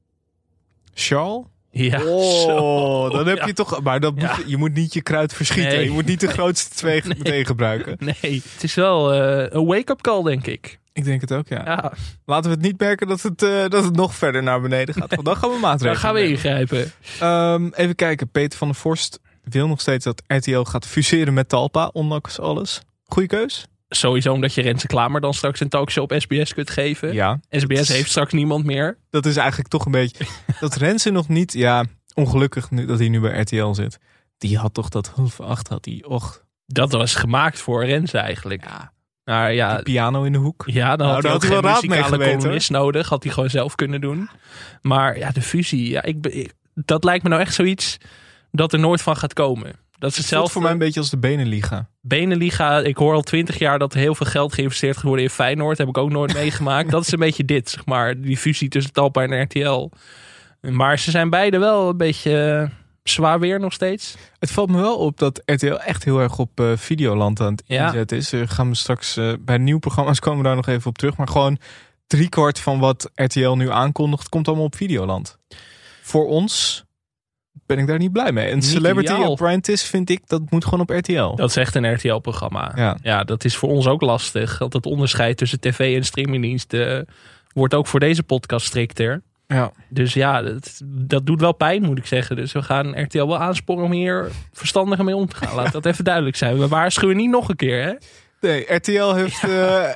Charles? Ja, oh, zo. dan heb Ja. je toch... Maar dat moet, Ja. je moet niet je kruid verschieten. Nee. Je moet niet de grootste twee Nee. meteen gebruiken. Nee, het is wel uh, een wake-up call, denk ik. Ik denk het ook, ja. Ja. Laten we het niet merken dat het, uh, dat het nog verder naar beneden gaat. Want dan gaan we maatregelen Dan gaan we nemen. ingrijpen. Um, even kijken. Peter van der Vorst wil nog steeds dat R T L gaat fuseren met Talpa, ondanks alles. Goeie keus? Sowieso omdat je Renze Klamer dan straks een talkshow op S B S kunt geven. Ja. S B S heeft straks niemand meer. Dat is eigenlijk toch een beetje... dat Renze nog niet... Ja, ongelukkig nu, dat hij nu bij R T L zit. Die had toch dat half acht had hij. Och. Dat was gemaakt voor Renze eigenlijk. Ja. Nou ja, Die piano in de hoek. ja, dan Nou, had daar hij ook had hij wel geen raad mee muzikale geweten, columnist nodig. Had hij gewoon zelf kunnen doen. Maar ja, de fusie. Ja, ik, be- ik- dat lijkt me nou echt zoiets dat er nooit van gaat komen. Dat is Het voelt hetzelfde. voor mij een beetje als de Benenliga. Benenliga, ik hoor al twintig jaar dat er heel veel geld geïnvesteerd wordt in Feyenoord. Heb ik ook nooit meegemaakt. Dat is een beetje dit, zeg maar. Die fusie tussen Talpa en R T L. Maar ze zijn beide wel een beetje uh, zwaar weer nog steeds. Het valt me wel op dat R T L echt heel erg op uh, Videoland aan het Ja. inzetten is. We gaan we straks uh, bij nieuwe programma's komen we daar nog even op terug. Maar gewoon driekwart van wat R T L nu aankondigt, komt allemaal op Videoland. Voor ons ben ik daar niet blij mee. Een Niet Celebrity ideaal. Apprentice vind ik, dat moet gewoon op R T L. Dat is echt een R T L-programma. Ja. ja, dat is voor ons ook lastig. Want het onderscheid tussen tv en streamingdiensten wordt ook voor deze podcast strikter. Ja. Dus ja, dat, dat doet wel pijn, moet ik zeggen. Dus we gaan R T L wel aansporen om hier verstandiger mee om te gaan. Laat dat even duidelijk zijn. We waarschuwen niet nog een keer, hè? Nee, R T L heeft... Uh,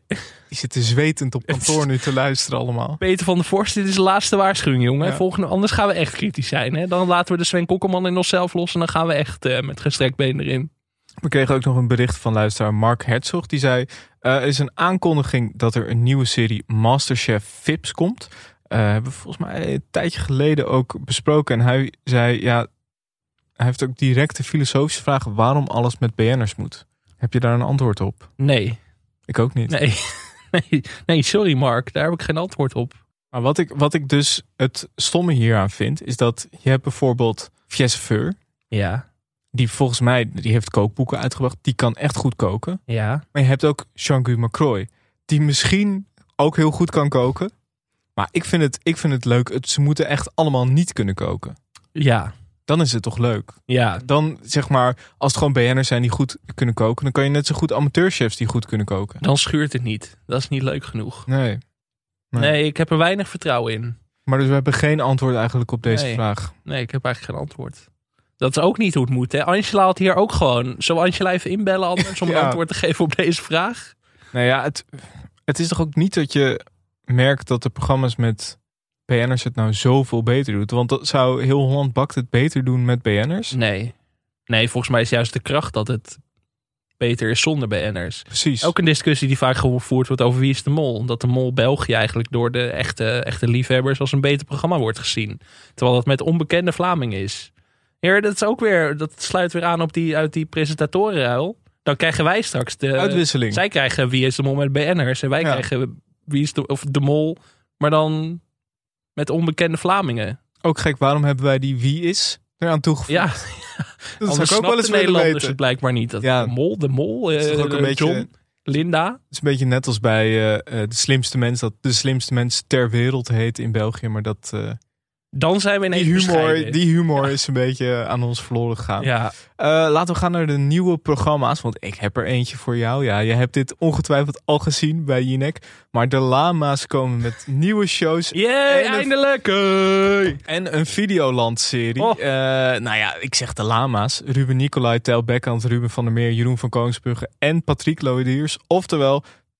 die zitten zwetend op kantoor nu te luisteren allemaal. Peter van der Vorst, dit is de laatste waarschuwing, jongen. Ja. Volgende, anders gaan we echt kritisch zijn. Hè? Dan laten we de Sven Kokkelman in onszelf los en dan gaan we echt uh, met gestrekt been erin. We kregen ook nog een bericht van luisteraar Mark Herzog. Die zei, uh, er is een aankondiging dat er een nieuwe serie Masterchef V I P's komt. Uh, hebben we volgens mij een tijdje geleden ook besproken. En hij zei, ja, hij heeft ook direct de filosofische vraag waarom alles met B N'ers moet. Heb je daar een antwoord op? Nee. Ik ook niet. Nee, nee, nee sorry Mark, daar heb ik geen antwoord op. Maar wat ik, wat ik dus het stomme hieraan vind, is dat je hebt bijvoorbeeld Fiesveur. Ja. Die volgens mij, die heeft kookboeken uitgebracht. Die kan echt goed koken. Ja. Maar je hebt ook Jean-Guy Macroy. Die misschien ook heel goed kan koken. Maar ik vind het, ik vind het leuk. Het, ze moeten echt allemaal niet kunnen koken. Ja. Dan is het toch leuk. Ja. Dan zeg maar, als het gewoon B N'ers zijn die goed kunnen koken, dan kan je net zo goed amateurchefs die goed kunnen koken. Dan schuurt het niet. Dat is niet leuk genoeg. Nee. Nee, nee ik heb er weinig vertrouwen in. Maar dus we hebben geen antwoord eigenlijk op deze nee. vraag. Nee, ik heb eigenlijk geen antwoord. Dat is ook niet hoe het moet. Hè? Angela had hier ook gewoon... Zou Angela even inbellen anders om Ja. een antwoord te geven op deze vraag? Nou ja, het, het is toch ook niet dat je merkt dat de programma's met B N'ers het nou zoveel beter doet. Want dat zou heel Holland Bakt het beter doen met B N'ers? Nee. Nee, volgens mij is juist de kracht dat het beter is zonder B N'ers. Precies. Ook een discussie die vaak gevoerd wordt over wie is de mol. Dat de mol België eigenlijk door de echte, echte liefhebbers als een beter programma wordt gezien. Terwijl dat met onbekende Vlamingen is. Ja, dat is ook weer, dat sluit weer aan op die, uit die presentatorenruil. Dan krijgen wij straks de uitwisseling. Zij krijgen wie is de mol met B N'ers. En wij Ja. krijgen wie is de, of de mol, maar dan met onbekende Vlamingen. Ook gek, waarom hebben wij die wie is eraan toegevoegd? Ja, dat anders zou ik ook wel eens snappen willen Nederlanders weten. het blijkbaar niet. Dat Ja. de mol, de mol, Het is toch ook een eh, beetje- John, Linda. Het is een beetje net als bij uh, uh, de slimste mens, dat de slimste mens ter wereld heet in België, maar dat... Uh, Dan zijn we ineens die humor, bescheiden. die humor is een beetje aan ons verloren gegaan. Ja. Uh, laten we gaan naar de nieuwe programma's, want ik heb er eentje voor jou. Ja, je hebt dit ongetwijfeld al gezien bij Jinek. Maar de Lama's komen met nieuwe shows. Yay, en eindelijk! Een, en een Videoland-serie. Oh. Uh, nou ja, ik zeg de Lama's. Ruben Nicolai, Tel Beckhand, Ruben van der Meer, Jeroen van Koningsbrugge en Patrick Lodiers. Oftewel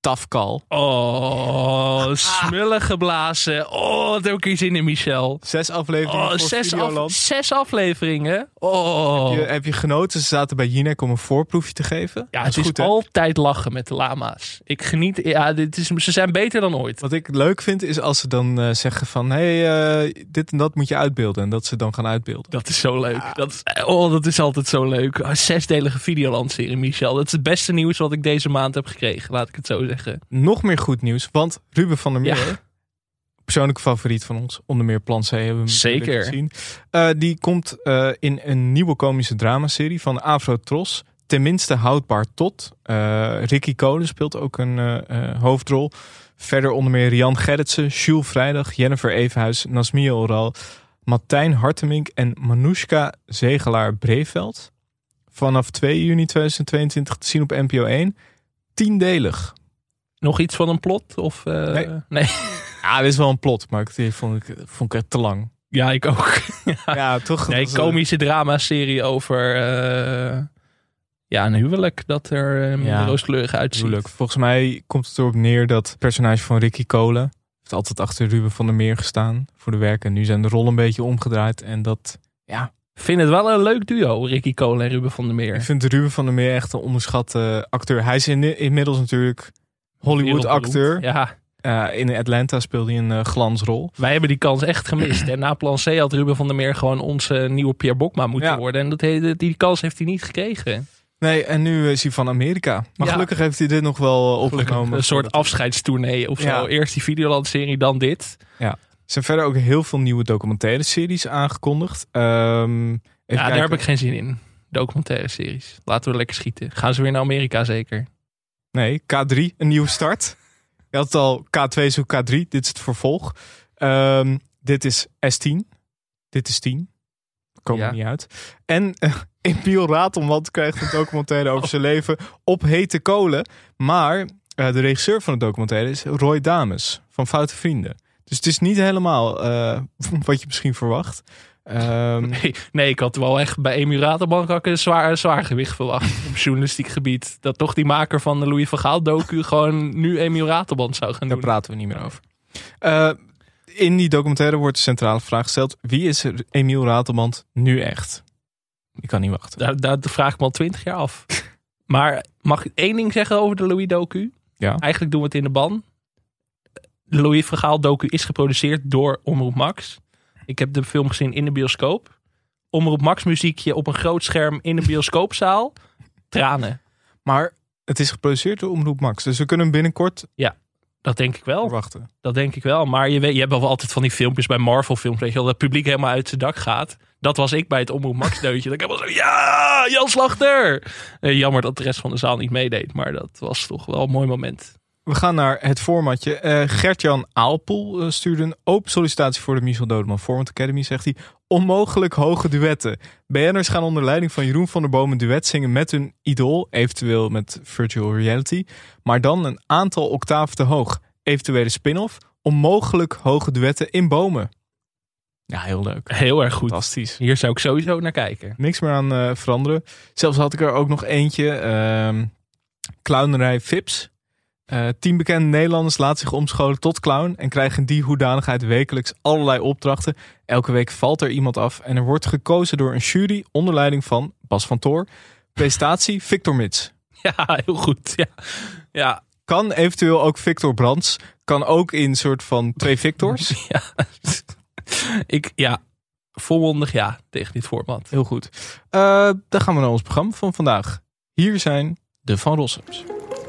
Tafkal. Oh, smullen geblazen. Oh, wat heb ik hier zin in, Michel. Zes afleveringen oh, voor zes, Videoland. af, zes afleveringen. Oh. Heb je, heb je genoten? Ze zaten bij Jinek om een voorproefje te geven. Ja, dat het is, is goed, hè? altijd lachen met de lama's. Ik geniet. Ja, dit is, ze zijn beter dan ooit. Wat ik leuk vind is als ze dan uh, zeggen van... hé, hey, uh, dit en dat moet je uitbeelden. En dat ze dan gaan uitbeelden. Dat is zo leuk. Ja. Dat is, oh, dat is altijd zo leuk. Oh, zesdelige Videoland-serie, Michel. Dat is het beste nieuws wat ik deze maand heb gekregen. Laat ik het zo zeggen. Nog meer goed nieuws. Want Ruben van der Meer... Ja. Persoonlijke favoriet van ons. Onder meer Plan C hebben we hem Zeker gezien. Uh, die komt uh, in een nieuwe komische dramaserie van Afro-Tros. Tenminste houdbaar tot. Uh, Ricky Kolen speelt ook een uh, uh, hoofdrol. Verder onder meer Rian Gerritsen, Jules Vrijdag, Jennifer Evenhuis, Nasmia Oral, Martijn Hartemink en Manoushka Zegelaar-Breveld. Vanaf twee juni tweeduizend tweeëntwintig te zien op N P O één. Tiendelig. Nog iets van een plot? Of, uh, nee. nee. Ja, dit is wel een plot, maar die vond ik, vond ik het te lang. Ja, ik ook. ja. ja, toch. Nee, komische drama-serie over uh, ja, een huwelijk dat er uh, ja, rooskleurig uitziet. Huwelijk. Volgens mij komt het erop neer dat het personage van Ricky Kolen heeft altijd achter Ruben van der Meer gestaan voor de werken. En nu zijn de rollen een beetje omgedraaid en dat, ja... Ik vind het wel een leuk duo, Ricky Kolen en Ruben van der Meer. Ik vind Ruben van der Meer echt een onderschatte acteur. Hij is in, inmiddels natuurlijk Hollywood-acteur. Ja. Uh, in Atlanta speelde hij een uh, glansrol. Wij hebben die kans echt gemist. En na Plan C had Ruben van der Meer gewoon onze nieuwe Pierre Bokma moeten ja. worden. En dat he, die kans heeft hij niet gekregen. Nee, en nu is hij van Amerika. Maar ja. gelukkig heeft hij dit nog wel opgenomen. Gelukkig, een soort afscheidstournee of zo. Ja. Eerst die Videoland-serie, dan dit. Ja. Er zijn verder ook heel veel nieuwe documentaire series aangekondigd. Um, ja, kijken. Daar heb ik geen zin in. Documentaire series. Laten we lekker schieten. Gaan ze weer naar Amerika zeker? Nee, K drie, een nieuwe start. Je had het al, K twee zoek K drie. Dit is het vervolg. Um, dit is S tien. Dit is tien. Komen ja. er niet uit. En uh, Emiel Ratelman krijgt een documentaire over zijn leven op hete kolen. Maar uh, de regisseur van de documentaire is Roy Dames van Foute Vrienden. Dus het is niet helemaal uh, wat je misschien verwacht. Um, nee, nee, ik had wel echt bij Emiel Ratelman een zwaar, zwaar gewicht verwacht op journalistiek gebied. Dat toch die maker van de Louis van Gaal docu gewoon nu Emiel Ratelman zou gaan doen. Daar praten we niet meer over. Uh, in die documentaire wordt de centrale vraag gesteld: wie is Emiel Ratelman nu echt? Ik kan niet wachten. Daar, daar vraag ik me al twintig jaar af. Maar mag ik één ding zeggen over de Louis docu? Ja. Eigenlijk doen we het in de ban. De Louis van Gaal docu is geproduceerd door Omroep Max. Ik heb de film gezien in de bioscoop. Omroep Max muziekje op een groot scherm in de bioscoopzaal. Tranen. Maar het is geproduceerd door Omroep Max. Dus we kunnen binnenkort... Ja, dat denk ik wel. Wachten. Dat denk ik wel. Maar je, weet, je hebt wel altijd van die filmpjes bij Marvel films. Weet je wel, dat het publiek helemaal uit zijn dak gaat. Dat was ik bij het Omroep Max deutje. Dat ik helemaal zo, ja, Jan Slachter. Uh, jammer dat de rest van de zaal niet meedeed. Maar dat was toch wel een mooi moment. We gaan naar het formatje. Uh, Gert-Jan Aalpoel uh, stuurde een open sollicitatie voor de Michel Dodeman Format Academy. Zegt hij, onmogelijk hoge duetten. B N'ers gaan onder leiding van Jeroen van der Boom een duet zingen met hun idool. Eventueel met virtual reality. Maar dan een aantal octaven te hoog. Eventuele spin-off. Onmogelijk hoge duetten in bomen. Ja, heel leuk. Heel erg goed. Fantastisch. Hier zou ik sowieso naar kijken. Niks meer aan uh, veranderen. Zelfs had ik er ook nog eentje. Uh, clownerij Vips. Uh, tien bekende Nederlanders laten zich omscholen tot clown en krijgen in die hoedanigheid wekelijks allerlei opdrachten. Elke week valt er iemand af en er wordt gekozen door een jury onder leiding van Bas van Toor. Presentatie Victor Mits. Ja, heel goed. Ja. Ja. Kan eventueel ook Victor Brands. Kan ook in soort van twee Victors. Ja. Ik, ja, volmondig ja tegen dit format. Heel goed. Uh, dan gaan we naar ons programma van vandaag. Hier zijn de Van Rossums.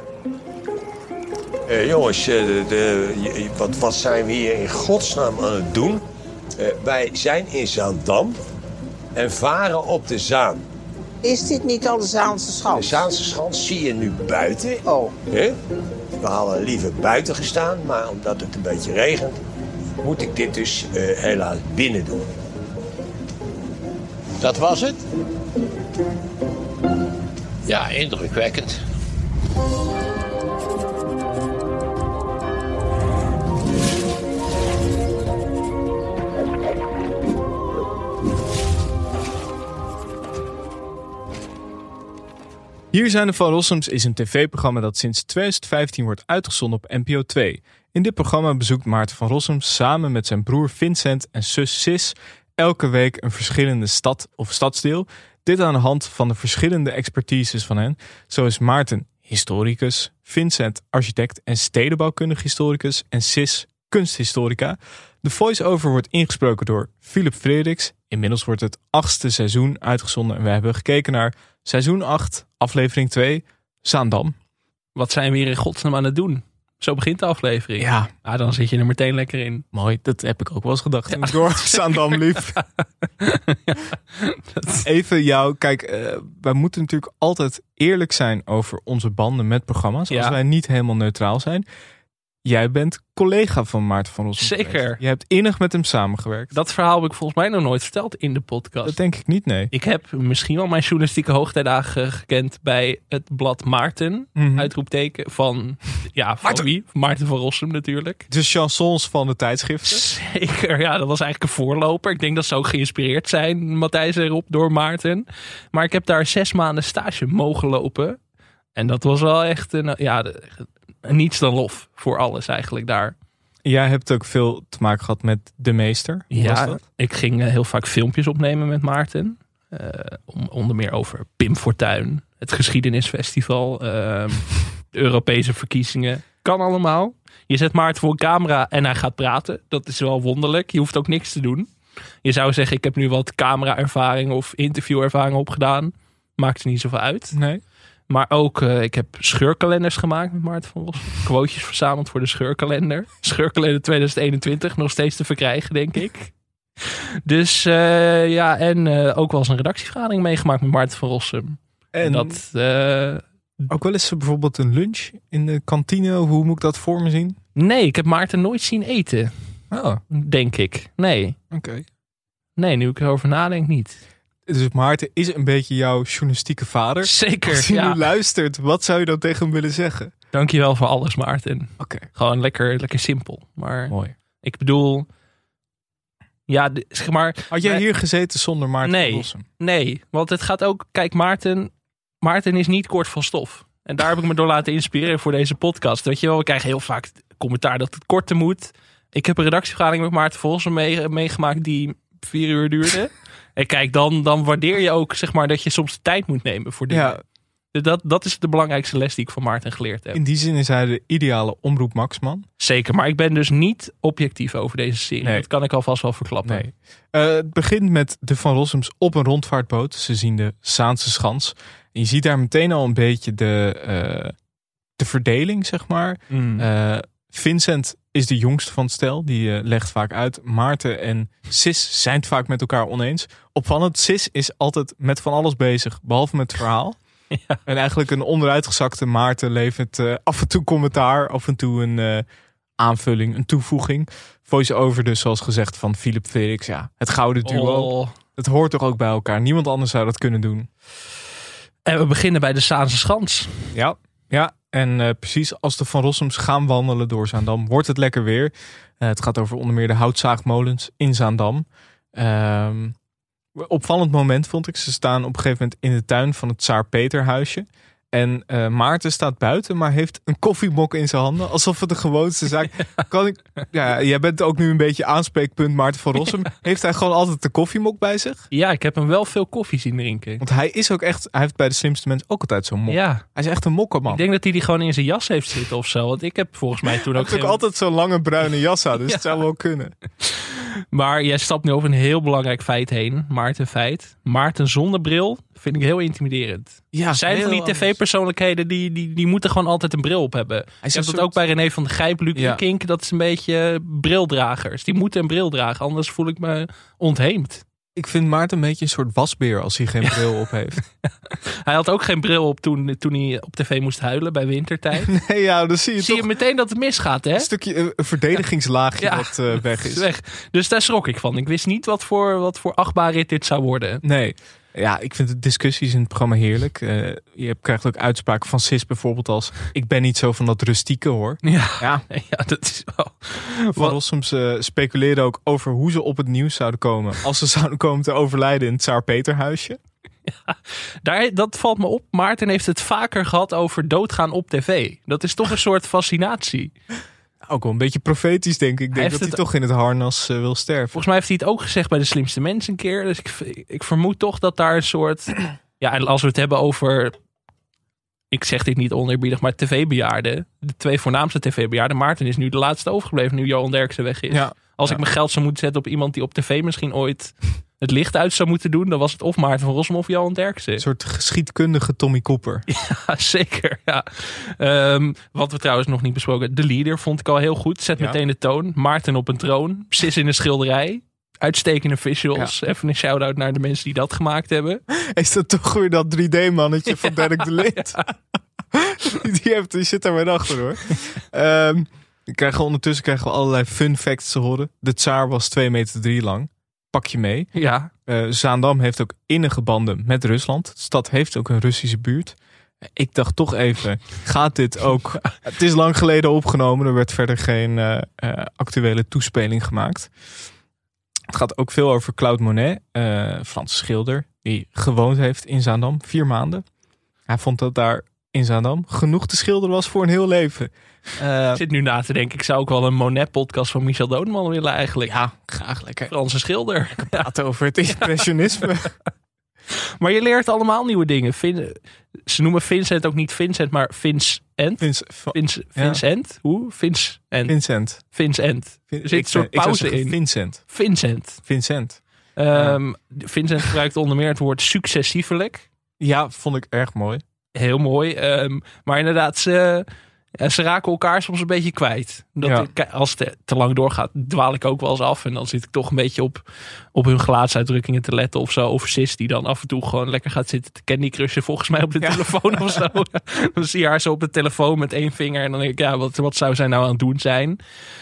Uh, jongens, uh, de, de, wat, wat zijn we hier in godsnaam aan het doen? Uh, wij zijn in Zaandam en varen op de Zaan. Is dit niet al de Zaanse Schans? De Zaanse Schans zie je nu buiten. Oh. He? We hadden liever buiten gestaan, maar omdat het een beetje regent, moet ik dit dus uh, helaas binnen doen. Dat was het? Ja, indrukwekkend. Hier zijn de Van Rossums is een tv-programma dat sinds twintig vijftien wordt uitgezonden op N P O twee. In dit programma bezoekt Maarten van Rossum samen met zijn broer Vincent en zus Sis elke week een verschillende stad of stadsdeel. Dit aan de hand van de verschillende expertises van hen. Zo is Maarten historicus, Vincent architect en stedenbouwkundig historicus en Sis kunsthistorica. De voice-over wordt ingesproken door Philip Frederiks. Inmiddels wordt het achtste seizoen uitgezonden en we hebben gekeken naar seizoen acht, aflevering twee, Zaandam. Wat zijn we hier in godsnaam aan het doen? Zo begint de aflevering. Ja. Ah, dan zit je er meteen lekker in. Mooi, dat heb ik ook wel eens gedacht toen ik door Zaandam liep. Ja, dat... Even jou, kijk, uh, wij moeten natuurlijk altijd eerlijk zijn over onze banden met programma's. Als ja. wij niet helemaal neutraal zijn. Jij bent collega van Maarten van Rossum. Zeker. Geweest. Je hebt innig met hem samengewerkt. Dat verhaal heb ik volgens mij nog nooit verteld in de podcast. Dat denk ik niet, nee. Ik heb misschien wel mijn journalistieke hoogtijdagen gekend bij het blad Maarten. Mm-hmm. Uitroepteken van, ja, van Maarten. Wie? Maarten van Rossum natuurlijk. De chansons van de tijdschriften. Zeker, ja, dat was eigenlijk een voorloper. Ik denk dat ze ook geïnspireerd zijn, Matthijs en Rob, door Maarten. Maar ik heb daar zes maanden stage mogen lopen. En dat was wel echt een, ja... De, niets dan lof voor alles eigenlijk daar. Jij hebt ook veel te maken gehad met de meester. Hoe ja, was dat? Ik ging heel vaak filmpjes opnemen met Maarten. Uh, om, onder meer over Pim Fortuyn, het geschiedenisfestival, uh, de Europese verkiezingen. Kan allemaal. Je zet Maarten voor een camera en hij gaat praten. Dat is wel wonderlijk. Je hoeft ook niks te doen. Je zou zeggen, ik heb nu wat camera-ervaring of interview-ervaring opgedaan. Maakt er niet zoveel uit. Nee. Maar ook, uh, ik heb scheurkalenders gemaakt met Maarten van Rossum. Quotejes verzameld voor de scheurkalender. Scheurkalender twintig eenentwintig, nog steeds te verkrijgen, denk ik. Dus uh, ja, en uh, ook wel eens een redactievergadering meegemaakt met Maarten van Rossum. En dat, uh, ook wel eens bijvoorbeeld een lunch in de kantine. Hoe moet ik dat voor me zien? Nee, ik heb Maarten nooit zien eten. Oh. Denk ik. Nee. Oké. Okay. Nee, nu ik erover nadenk niet. Dus Maarten is een beetje jouw journalistieke vader. Zeker, Als hij ja. nu luistert, wat zou je dan tegen hem willen zeggen? Dankjewel voor alles, Maarten. Oké. Okay. Gewoon lekker, lekker simpel. Maar mooi. Ik bedoel... Ja, de, zeg maar... Had jij hier gezeten zonder Maarten nee, van Rossum? Nee, want het gaat ook... Kijk, Maarten... Maarten is niet kort van stof. En daar heb ik me door laten inspireren voor deze podcast. Weet je wel, we krijgen heel vaak commentaar dat het korter moet. Ik heb een redactievergadering met Maarten van Rossum mee, meegemaakt die vier uur duurde. En kijk, dan, dan waardeer je ook zeg maar dat je soms de tijd moet nemen voor dingen. Ja. Dat, dat is de belangrijkste les die ik van Maarten geleerd heb. In die zin is hij de ideale Omroep Maxman. Zeker, maar ik ben dus niet objectief over deze serie. Nee. Dat kan ik alvast wel verklappen. Nee. Uh, het begint met de Van Rossums op een rondvaartboot. Ze zien de Zaanse Schans. En je ziet daar meteen al een beetje de, uh, de verdeling, zeg maar. Mm. Uh, Vincent is de jongste van het stel. Die uh, legt vaak uit. Maarten en Sis zijn het vaak met elkaar oneens. Opvallend, Sis is altijd met van alles bezig, behalve met het verhaal. Ja. En eigenlijk een onderuitgezakte Maarten levert uh, af en toe commentaar, af en toe een uh, aanvulling, een toevoeging. Voice-over dus, zoals gezegd, van Philip Frederiks. Ja, het gouden duo. Oh. Het hoort toch ook bij elkaar. Niemand anders zou dat kunnen doen. En we beginnen bij de Zaanse Schans. Ja, ja. En uh, precies als de Van Rossums gaan wandelen door Zaandam, wordt het lekker weer. Uh, het gaat over onder meer de houtzaagmolens in Zaandam. Uh, opvallend moment vond ik. Ze staan op een gegeven moment in de tuin van het Tsaar Peterhuisje. En uh, Maarten staat buiten, maar heeft een koffiemok in zijn handen. Alsof het de gewoonste zaak is. Kan ik, ja, jij bent ook nu een beetje aanspreekpunt Maarten van Rossum. Ja. Heeft hij gewoon altijd de koffiemok bij zich? Ja, ik heb hem wel veel koffie zien drinken. Want hij is ook echt, hij heeft bij de slimste mensen ook altijd zo'n mok. Ja. Hij is echt een mokkerman. Ik denk dat hij die gewoon in zijn jas heeft zitten of zo. Want ik heb volgens mij toen ook... Hij heeft ook altijd zo'n lange bruine jas aan, dus ja. Het zou wel kunnen. Maar jij stapt nu over een heel belangrijk feit heen. Maarten feit. Maarten zonder bril vind ik heel intimiderend. Ja, zijn van die tv-persoonlijkheden die, die, die moeten gewoon altijd een bril op hebben. Hij ik heb dat soort... ook bij René van der Gijp, Luc ja. Kink. Dat is een beetje brildragers. Die moeten een bril dragen, anders voel ik me ontheemd. Ik vind Maarten een beetje een soort wasbeer als hij geen bril op heeft. Hij had ook geen bril op toen, toen hij op tv moest huilen bij wintertijd. Nee, ja, dan zie je zie toch... je meteen dat het misgaat, hè? Een stukje een verdedigingslaagje ja, wat uh, weg is. Weg. Dus daar schrok ik van. Ik wist niet wat voor, wat voor achtbaanrit dit zou worden. Nee. Ja, ik vind de discussies in het programma heerlijk. Uh, je krijgt ook uitspraken van Sis bijvoorbeeld als... ik ben niet zo van dat rustieke, hoor. Ja, ja. ja dat is wel... Van Rossums uh, speculeerden ook over hoe ze op het nieuws zouden komen... als ze zouden komen te overlijden in het Tsaar Peterhuisje. Ja, daar, dat valt me op. Maarten heeft het vaker gehad over doodgaan op tv. Dat is toch een soort fascinatie. Ook wel een beetje profetisch, denk ik. Ik denk Hij dat heeft hij het- toch in het harnas uh, wil sterven. Volgens mij heeft hij het ook gezegd bij De Slimste Mens een keer. Dus ik, ik vermoed toch dat daar een soort... Ja, en als we het hebben over... Ik zeg dit niet oneerbiedig, maar tv-bejaarden. De twee voornaamste tv-bejaarden. Maarten is nu de laatste overgebleven, nu Johan Derksen weg is. Ja. Als Ja. ik mijn geld zou moeten zetten op iemand die op tv misschien ooit het licht uit zou moeten doen, dan was het of Maarten van Rossum of Johan Derksen. Een soort geschiedkundige Tommy Cooper. Ja, zeker. Ja. Um, wat we trouwens nog niet besproken. De Leader vond ik al heel goed. Zet Ja. meteen de toon. Maarten op een troon. Sis in een schilderij. Uitstekende visuals. Even een shout-out naar de mensen die dat gemaakt hebben. Is dat toch weer dat drie D-mannetje van Dirk de Lint? die, heeft, die zit daar weer achter, hoor. Um, krijgen we ondertussen krijgen we allerlei fun facts te horen. De Tsaar was twee meter drie lang. Pak je mee. Ja. Uh, Zaandam heeft ook innige banden met Rusland. De stad heeft ook een Russische buurt. Ik dacht toch even, gaat dit ook... Het is lang geleden opgenomen. Er werd verder geen uh, uh, actuele toespeling gemaakt. Het gaat ook veel over Claude Monet, uh, Franse schilder, die gewoond heeft in Zaandam, vier maanden. Hij vond dat daar in Zaandam genoeg te schilderen was voor een heel leven. Uh, ik zit nu na te denken, ik zou ook wel een Monet-podcast van Michel Dodeman willen eigenlijk. Ja, graag lekker. Franse schilder. Praten over het impressionisme. Maar je leert allemaal nieuwe dingen. Vin, ze noemen Vincent ook niet Vincent, maar Vincent. Vince, Vince, Vincent? Ja. Hoe? Vincent. Vincent. Vincent. Er zit een soort pauze in. Vincent. Vincent. Vincent. Um, ja. Vincent gebruikt onder meer het woord successievelijk. Ja, vond ik erg mooi. Heel mooi. Um, maar inderdaad, ze, ze raken elkaar soms een beetje kwijt. Dat Ja. ik, als het te lang doorgaat, dwaal ik ook wel eens af. En dan zit ik toch een beetje op, op hun gelaatsuitdrukkingen te letten of zo. Of Sis die dan af en toe gewoon lekker gaat zitten te Candy Crushen volgens mij op de Ja. telefoon of zo. Dan zie je haar zo op de telefoon met één vinger. En dan denk ik, ja, wat, wat zou zij nou aan het doen zijn?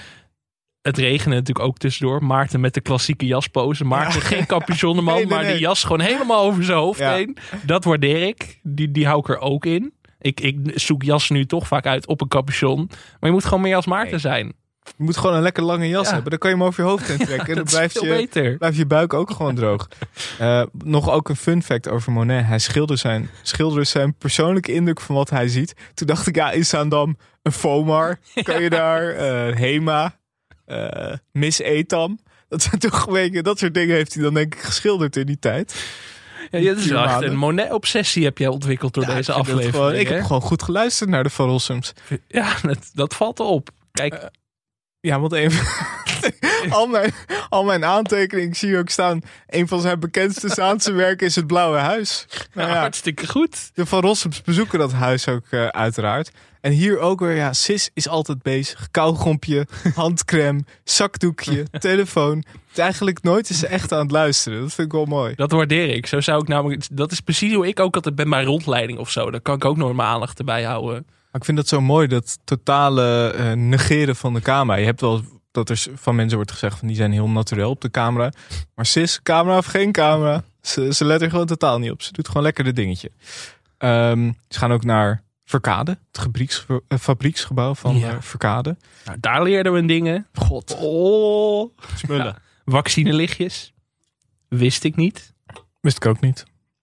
Het regende natuurlijk ook tussendoor. Maarten met de klassieke jaspose. Maarten ja. geen capuchonneman, nee, nee, maar nee. die jas gewoon helemaal over zijn hoofd Ja. heen. Dat waardeer ik. Die, die hou ik er ook in. Ik, ik zoek jassen nu toch vaak uit op een capuchon. Maar je moet gewoon meer als Maarten Nee. zijn. Je moet gewoon een lekker lange jas Ja. hebben. Dan kan je hem over je hoofd heen trekken. En dan Dat is blijft veel je, beter. blijft je buik ook gewoon droog. Uh, nog ook een fun fact over Monet. Hij schilderde zijn, schilderde zijn persoonlijke indruk van wat hij ziet. Toen dacht ik, ja, in Zaandam een Fomar. Kan je daar? Uh, Hema. Uh, Miss Etam. Dat zijn toch een beetje, dat soort dingen heeft hij dan denk ik geschilderd in die tijd. Ja, dat is Vier wel echt maanden. een Monet-obsessie heb jij ontwikkeld door Ja, deze ik vind dat aflevering. gewoon- ik hè? heb gewoon goed geluisterd naar de Van Rossums. Ja, dat, dat valt op. Kijk, Uh, Ja, want even. al, mijn, al mijn aantekeningen, ik zie ook staan. Een van zijn bekendste Zaanse werken is Het Blauwe Huis. Nou ja, ja, hartstikke goed. de Van Rossums bezoeken dat huis ook uh, uiteraard. En hier ook weer, ja, Sis is altijd bezig. Kauwgompje, handcrème, zakdoekje, telefoon. Het is eigenlijk nooit is ze echt aan het luisteren. Dat vind ik wel mooi. Dat waardeer ik. Zo zou ik namelijk. Dat is precies hoe ik ook altijd ben bij rondleiding of zo. Daar kan ik ook nooit mijn aandacht erbij houden. Maar ik vind dat zo mooi, dat totale uh, negeren van de camera. Je hebt wel dat er van mensen wordt gezegd van die zijn heel naturel op de camera. Maar Sis, camera of geen camera, ze, ze let er gewoon totaal niet op. Ze doet gewoon lekker dit dingetje. Um, ze gaan ook naar Verkade, het fabrieks, uh, fabrieksgebouw van Ja. uh, Verkade. Nou, daar leerden we dingen. God. Oh. Smullen. Ja. Vaccinelichtjes. Wist ik niet. Wist ik ook niet.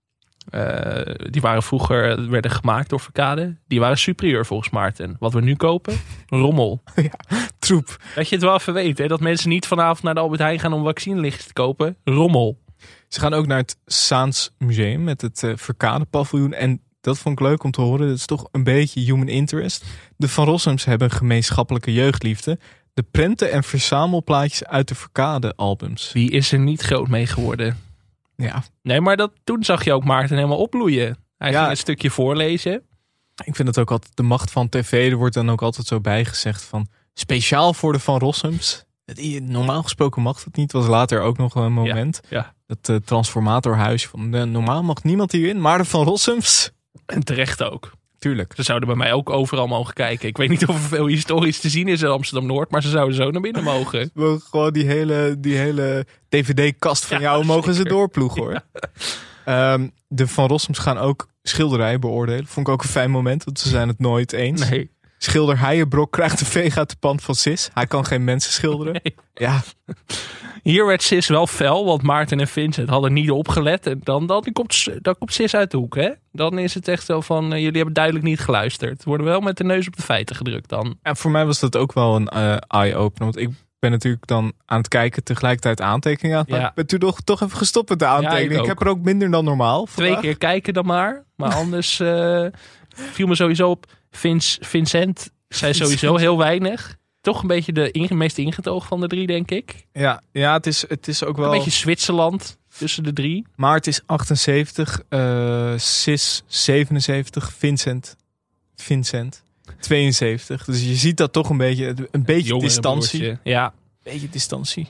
Uh, die waren vroeger, werden gemaakt door Verkade. Die waren superieur volgens Maarten. Wat we nu kopen, rommel. Ja, troep. Dat je het wel even weet, hè? Dat mensen niet vanavond naar de Albert Heijn gaan om vaccinelichtjes te kopen. Rommel. Ze gaan ook naar het Zaans Museum met het uh, Verkade paviljoen. En dat vond ik leuk om te horen. Dat is toch een beetje human interest. De Van Rossums hebben een gemeenschappelijke jeugdliefde. De prenten en verzamelplaatjes uit de Verkade albums. Wie is er niet groot mee geworden? Ja. Nee, maar dat, toen zag je ook Maarten helemaal opbloeien. Hij Ja. ging een stukje voorlezen. Ik vind het ook altijd de macht van tv. Er wordt dan ook altijd zo bijgezegd van speciaal voor de Van Rossums. Normaal gesproken mag dat niet. Was later ook nog een moment. Ja, ja. Dat uh, transformatorhuis van uh, normaal mag niemand hierin, maar de Van Rossums. En terecht ook. Tuurlijk. Ze zouden bij mij ook overal mogen kijken. Ik weet niet of er veel historisch te zien is in Amsterdam-Noord, maar ze zouden zo naar binnen mogen. We gewoon die hele, die hele D V D-kast van Ja, jou mogen zeker. ze doorploegen hoor. Ja. Um, de Van Rossums gaan ook schilderijen beoordelen. Vond ik ook een fijn moment, want ze zijn het nooit eens. Nee. Schilder Heijenbrok krijgt een veeg uit de pand van Sis. Hij kan geen mensen schilderen. Nee. Ja. Hier werd Sis wel fel, want Maarten en Vincent hadden niet opgelet. En dan, dan, komt, dan komt Sis uit de hoek. Hè? Dan is het echt zo van, uh, jullie hebben duidelijk niet geluisterd. Worden wel met de neus op de feiten gedrukt dan. En voor mij was dat ook wel een uh, eye-opener. Want ik ben natuurlijk dan aan het kijken, tegelijkertijd aantekeningen aan het maken. Ja. Ik ben toen nog, toch even gestopt met de aantekeningen. Ja, ik, ik heb er ook minder dan normaal Twee vandaag. keer kijken dan maar. Maar anders uh, viel me sowieso op. Vince, Vincent zei sowieso heel weinig. Toch een beetje de in, meest ingetogen van de drie, denk ik. Ja, ja het, is, het is ook wel... Een beetje Zwitserland tussen de drie. Maar het is achtenzeventig, uh, Sis zevenenzeventig, Vincent, Vincent tweeënzeventig. Dus je ziet dat toch een beetje, een beetje Jongere distantie. broertje, ja. Een beetje distantie.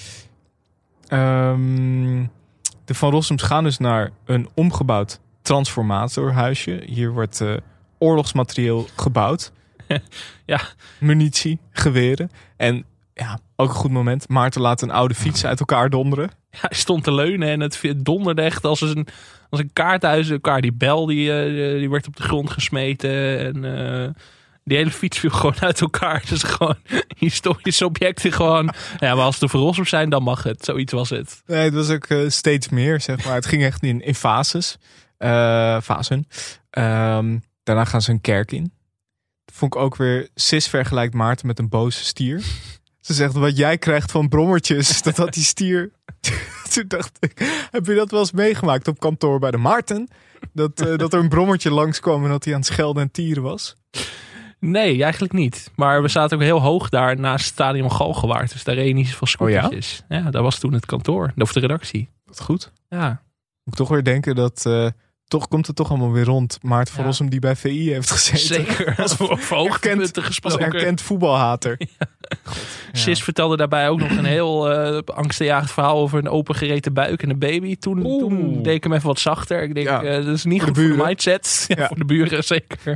Um, de Van Rossums gaan dus naar een omgebouwd transformatorhuisje. Hier wordt uh, oorlogsmaterieel gebouwd. Ja. Munitie, geweren. En ja, ook een goed moment. Maarten laat een oude fiets uit elkaar donderen. Ja, hij stond te leunen en het donderde echt als een, als een kaarthuis uit elkaar. Die bel die, uh, die werd op de grond gesmeten. En uh, die hele fiets viel gewoon uit elkaar. Dus gewoon historische objecten gewoon. Ja, maar als de Van Rossum zijn, dan mag het. Zoiets was het. Nee, het was ook uh, steeds meer, zeg maar. Het ging echt in, in fases. Uh, fasen. Um, daarna gaan ze een kerk in. Vond ik ook weer, Sis vergelijkt Maarten met een boze stier. Ze zegt, wat jij krijgt van brommertjes, dat had die stier. Toen dacht ik, heb je dat wel eens meegemaakt op kantoor bij de Maarten? Dat, uh, dat er een brommertje langskwam en dat hij aan het schelden en tieren was? Nee, eigenlijk niet. Maar we zaten ook heel hoog daar naast het stadion Galgenwaard. Dus daar reed niet zoveel scootertjes. Oh ja? Ja, daar was toen het kantoor, of de redactie. Wat goed. Ja. Moet ik toch weer denken dat... Uh, Toch komt het toch allemaal weer rond. Maarten van Ja. Rossum die bij V I heeft gezeten. Zeker, als we over hoogtepunten gesproken. Als erkend voetbalhater. Ja. Sis vertelde daarbij ook nog een heel uh, angstaanjagend verhaal over een opengereten buik en een baby. Toen, toen deed ik hem even wat zachter. Ik denk, Ja. uh, dat is niet Voor goed de voor de buren. mindset. Ja, Ja. Voor de buren zeker.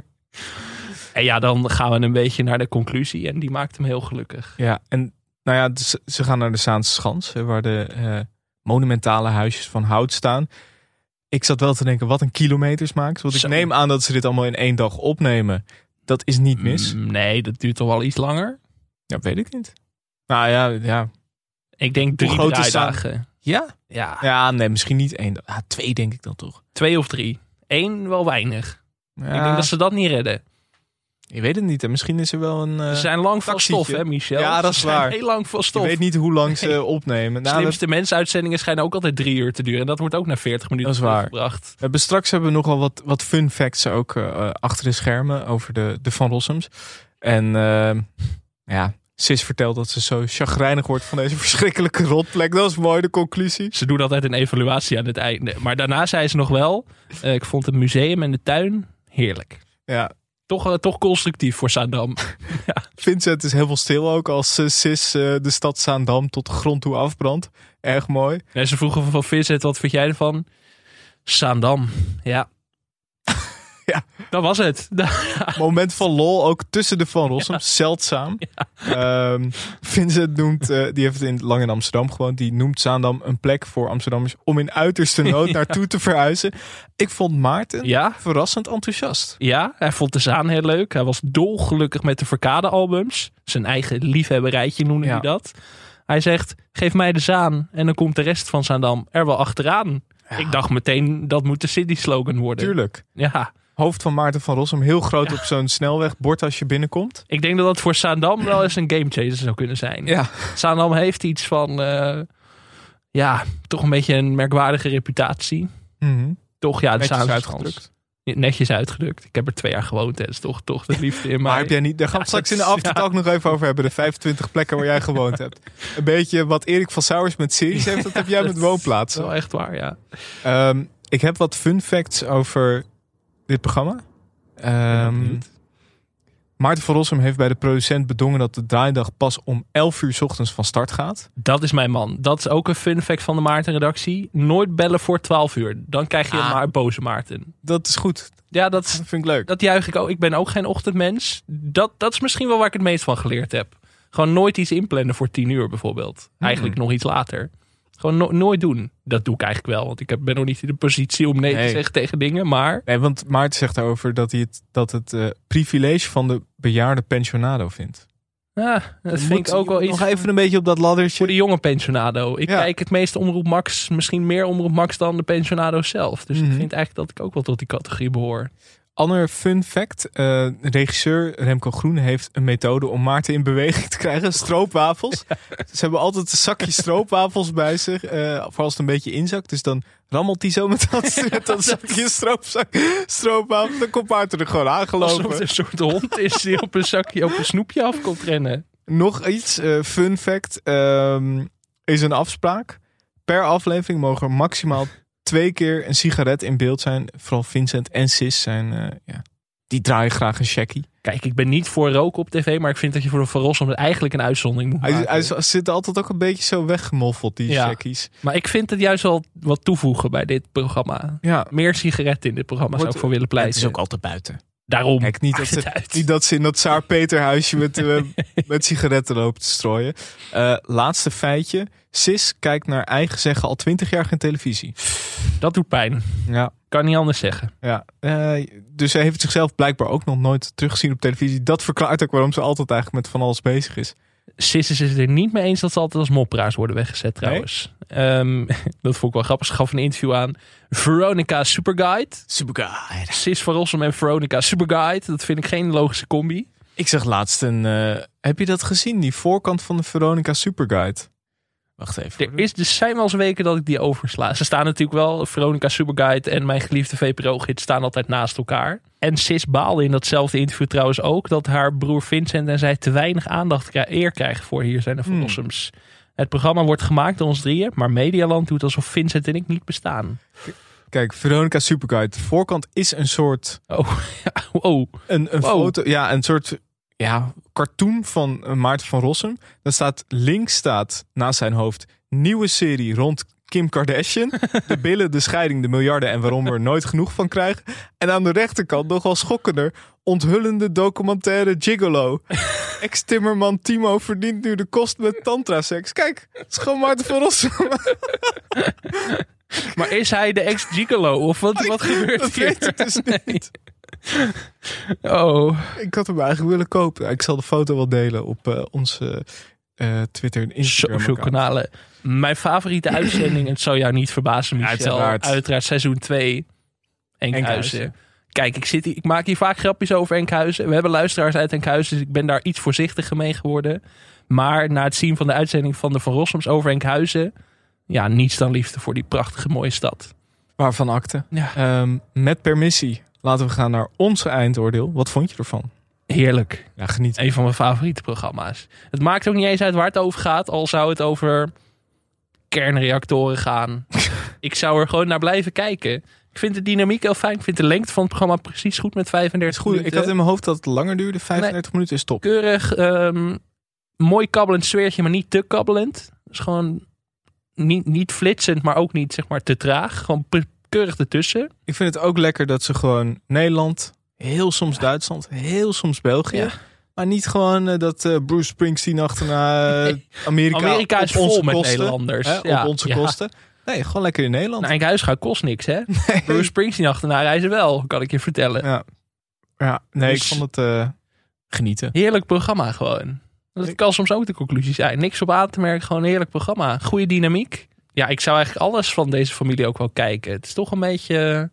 En ja, dan gaan we een beetje naar de conclusie. En die maakt hem heel gelukkig. Ja, en nou ja, dus ze gaan naar de Zaanse Schans. hè, Waar de uh, monumentale huisjes van hout staan. Ik zat wel te denken, wat een kilometers maakt. Want ik Zo. neem aan dat ze dit allemaal in één dag opnemen. Dat is niet mis. Mm, nee, dat duurt toch wel iets langer? Ja, weet ik niet. Nou ja, ja. Ik denk drie Hoe groot is draaidagen. Ja? Ja. Ja, nee, misschien niet één dag. Ah, twee denk ik dan toch. Twee of drie. Eén wel weinig. Ja. Ik denk dat ze dat niet redden. Je weet het niet. En misschien is er wel een uh, Ze zijn lang van taxietje. stof, hè, Michel? Ja, dat Ze is zijn waar. heel lang van stof. Je weet niet hoe lang ze Nee. opnemen. De Nou, slimste mensuitzendingen schijnen ook altijd drie uur te duren. En dat wordt ook naar veertig minuten Dat is waar. gebracht. We hebben straks hebben we nog wel wat, wat fun facts ook uh, achter de schermen over de, de Van Rossums. En uh, ja, Sis vertelt dat ze zo chagrijnig wordt van deze verschrikkelijke rotplek. Dat is mooi, de conclusie. Ze doen altijd een evaluatie aan het einde. Maar daarna zei ze nog wel, uh, ik vond het museum en de tuin heerlijk. Ja. Toch, uh, toch constructief voor Zaandam. Ja. Vincent is heel veel stil ook als uh, Sis uh, de stad Zaandam tot de grond toe afbrandt. Erg mooi. En ze vroegen van Vincent, wat vind jij ervan? Zaandam, ja. Ja. Dat was het. Moment van lol ook tussen de Van Rossums. Ja. Zeldzaam. Ja. Um, Vincent noemt, uh, die heeft in lang in Amsterdam gewoond. Die noemt Zaandam een plek voor Amsterdammers om in uiterste nood ja. naartoe te verhuizen. Ik vond Maarten ja. verrassend enthousiast. Ja, hij vond de Zaan heel leuk. Hij was dolgelukkig met de Verkade albums. Zijn eigen liefhebberijtje noemde ja. hij dat. Hij zegt, geef mij de Zaan en dan komt de rest van Zaandam er wel achteraan. Ja. Ik dacht meteen, dat moet de city slogan worden. Tuurlijk. Ja. Hoofd van Maarten van Rossum heel groot ja. op zo'n snelwegbord als je binnenkomt. Ik denk dat dat voor Zaandam wel eens een gamechanger zou kunnen zijn. Ja. Zaandam heeft iets van, uh, ja, toch een beetje een merkwaardige reputatie. Mm-hmm. Toch, ja, de netjes uitgedrukt. Netjes uitgedrukt. Ik heb er twee jaar gewoond. Dat is toch, toch de liefde in mij. Maar heb jij niet, daar gaan we ja, straks in de aftertalk ja. nog even over hebben. De vijfentwintig plekken waar jij gewoond hebt. Een beetje wat Erik van Sauers met series heeft, dat heb jij met woonplaatsen. Dat is wel echt waar, ja. Um, ik heb wat fun facts over dit programma. Um, Maarten van Rossum heeft bij de producent bedongen dat de draaidag pas om elf uur 's ochtends van start gaat. Dat is mijn man. Dat is ook een fun fact van de Maarten-redactie. Nooit bellen voor twaalf uur. Dan krijg je ah, maar boze Maarten. Dat is goed. Ja, dat, dat vind ik leuk. Dat juich ik ook. Ik ben ook geen ochtendmens. Dat, dat is misschien wel waar ik het meest van geleerd heb. Gewoon nooit iets inplannen voor tien uur bijvoorbeeld. Hmm. Eigenlijk nog iets later. Gewoon no- nooit doen. Dat doe ik eigenlijk wel. Want ik heb, ben nog niet in de positie om nee, nee. te zeggen tegen dingen. Maar... Nee, want Maarten zegt daarover dat hij het, dat het uh, privilege van de bejaarde pensionado vindt. Ja, dat vind ik ook wel iets. Nog even een beetje op dat laddertje. Voor de jonge pensionado. Ik ja. kijk het meeste Omroep Max, misschien meer Omroep Max dan de pensionado zelf. Dus mm-hmm. ik vind eigenlijk dat ik ook wel tot die categorie behoor. Ander fun fact. Uh, regisseur Remco Groen heeft een methode om Maarten in beweging te krijgen. Stroopwafels. Ja. Ze hebben altijd een zakje stroopwafels bij zich. Uh, voor als het een beetje inzakt. Dus dan rammelt hij zo met dat, met dat zakje stroopzak, stroopwafels. Dan komt Maarten er gewoon aangelopen. Alsof het een soort hond is die op een zakje, op een snoepje af komt rennen. Nog iets, uh, fun fact. Um, is een afspraak. Per aflevering mogen er maximaal twee keer een sigaret in beeld zijn. Vooral Vincent en Sis zijn, uh, ja, die draaien graag een checkie. Kijk, ik ben niet voor roken op tv, maar ik vind dat je voor de Van Rossum eigenlijk een uitzondering moet maken. Hij, hij zit altijd ook een beetje zo weggemoffeld, die ja. checkies. Maar ik vind het juist wel wat toevoegen bij dit programma. Ja. Meer sigaretten in dit programma Wordt, zou ik voor willen pleiten. Het is ook altijd buiten. Daarom. Kijk, niet, dat ze, niet dat ze in dat Tsaar Peter huisje met, uh, met sigaretten lopen te strooien. Uh, laatste feitje. Sis kijkt naar eigen zeggen al twintig jaar geen televisie. Dat doet pijn. Ja. Kan niet anders zeggen. Ja. Uh, dus zij heeft zichzelf blijkbaar ook nog nooit teruggezien op televisie. Dat verklaart ook waarom ze altijd eigenlijk met van alles bezig is. Sis is het er niet mee eens dat ze altijd als mopperaars worden weggezet trouwens. Nee? Um, dat vond ik wel grappig. Ze gaf een interview aan Veronica Superguide. Superguide. Sis van Rossum en Veronica Superguide. Dat vind ik geen logische combi. Ik zag laatst een... Uh, heb je dat gezien? Die voorkant van de Veronica Superguide. Wacht even. Er is, er zijn wel eens weken dat ik die oversla. Ze staan natuurlijk wel, Veronica Superguide en mijn geliefde V P R O-gids staan altijd naast elkaar. En Sis baalde in datzelfde interview trouwens ook dat haar broer Vincent en zij te weinig aandacht eer krijgen voor Hier zijn de Van Rossums. Hmm. Het programma wordt gemaakt door ons drieën, maar Medialand doet alsof Vincent en ik niet bestaan. Kijk, Veronica Superguide. De voorkant is een soort... Oh, ja, wow. Een, een wow. foto, ja, een soort... Ja, cartoon van Maarten van Rossum. Daar staat, links staat naast zijn hoofd nieuwe serie rond Kim Kardashian. De billen, de scheiding, de miljarden en waarom we er nooit genoeg van krijgen. En aan de rechterkant nogal schokkender. Onthullende documentaire Gigolo. Ex-timmerman Timo verdient nu de kost met tantraseks. Kijk, het is gewoon Maarten van Rossum. Maar is hij de ex-gigolo? Of wat, wat gebeurt dat hier? Dat weet ik dus niet. Oh. Ik had hem eigenlijk willen kopen. Ik zal de foto wel delen op uh, onze uh, Twitter en Instagram social kanalen. Mijn favoriete uitzending, het zou jou niet verbazen, Michel. Uiteraard, Uiteraard seizoen twee. Enkhuizen. Enkhuizen. Kijk, ik, zit hier, ik maak hier vaak grapjes over Enkhuizen. We hebben luisteraars uit Enkhuizen, dus ik ben daar iets voorzichtiger mee geworden. Maar na het zien van de uitzending van de Van Rossums over Enkhuizen, ja, niets dan liefde voor die prachtige mooie stad. Waarvan akte. Ja. Um, met permissie. Laten we gaan naar onze eindoordeel. Wat vond je ervan? Heerlijk. Ja, geniet. Een van mijn favoriete programma's. Het maakt ook niet eens uit waar het over gaat. Al zou het over kernreactoren gaan. Ik zou er gewoon naar blijven kijken. Ik vind de dynamiek heel fijn. Ik vind de lengte van het programma precies goed met vijfendertig goed, minuten. Ik had in mijn hoofd dat het langer duurde. vijfendertig nee, minuten is top. Keurig. Um, mooi kabbelend sfeertje, maar niet te kabbelend. Dus gewoon niet, niet flitsend, maar ook niet zeg maar te traag. Gewoon keurig ertussen. Ik vind het ook lekker dat ze gewoon Nederland, heel soms Duitsland, heel soms België. Ja. Maar niet gewoon uh, dat uh, Bruce Springsteen achterna uh, Amerika, Amerika is op vol onze met kosten, Nederlanders. Hè, ja. Op onze ja. kosten. Nee, gewoon lekker in Nederland. Nou, Enkhuizen kost niks, hè? Nee. Bruce Springsteen achterna reizen wel, kan ik je vertellen. Ja, ja nee, dus ik vond het uh, genieten. Heerlijk programma gewoon. Dat kan soms ook de conclusie zijn. Niks op aan te merken, gewoon een heerlijk programma. Goede dynamiek. Ja, ik zou eigenlijk alles van deze familie ook wel kijken. Het is toch een beetje...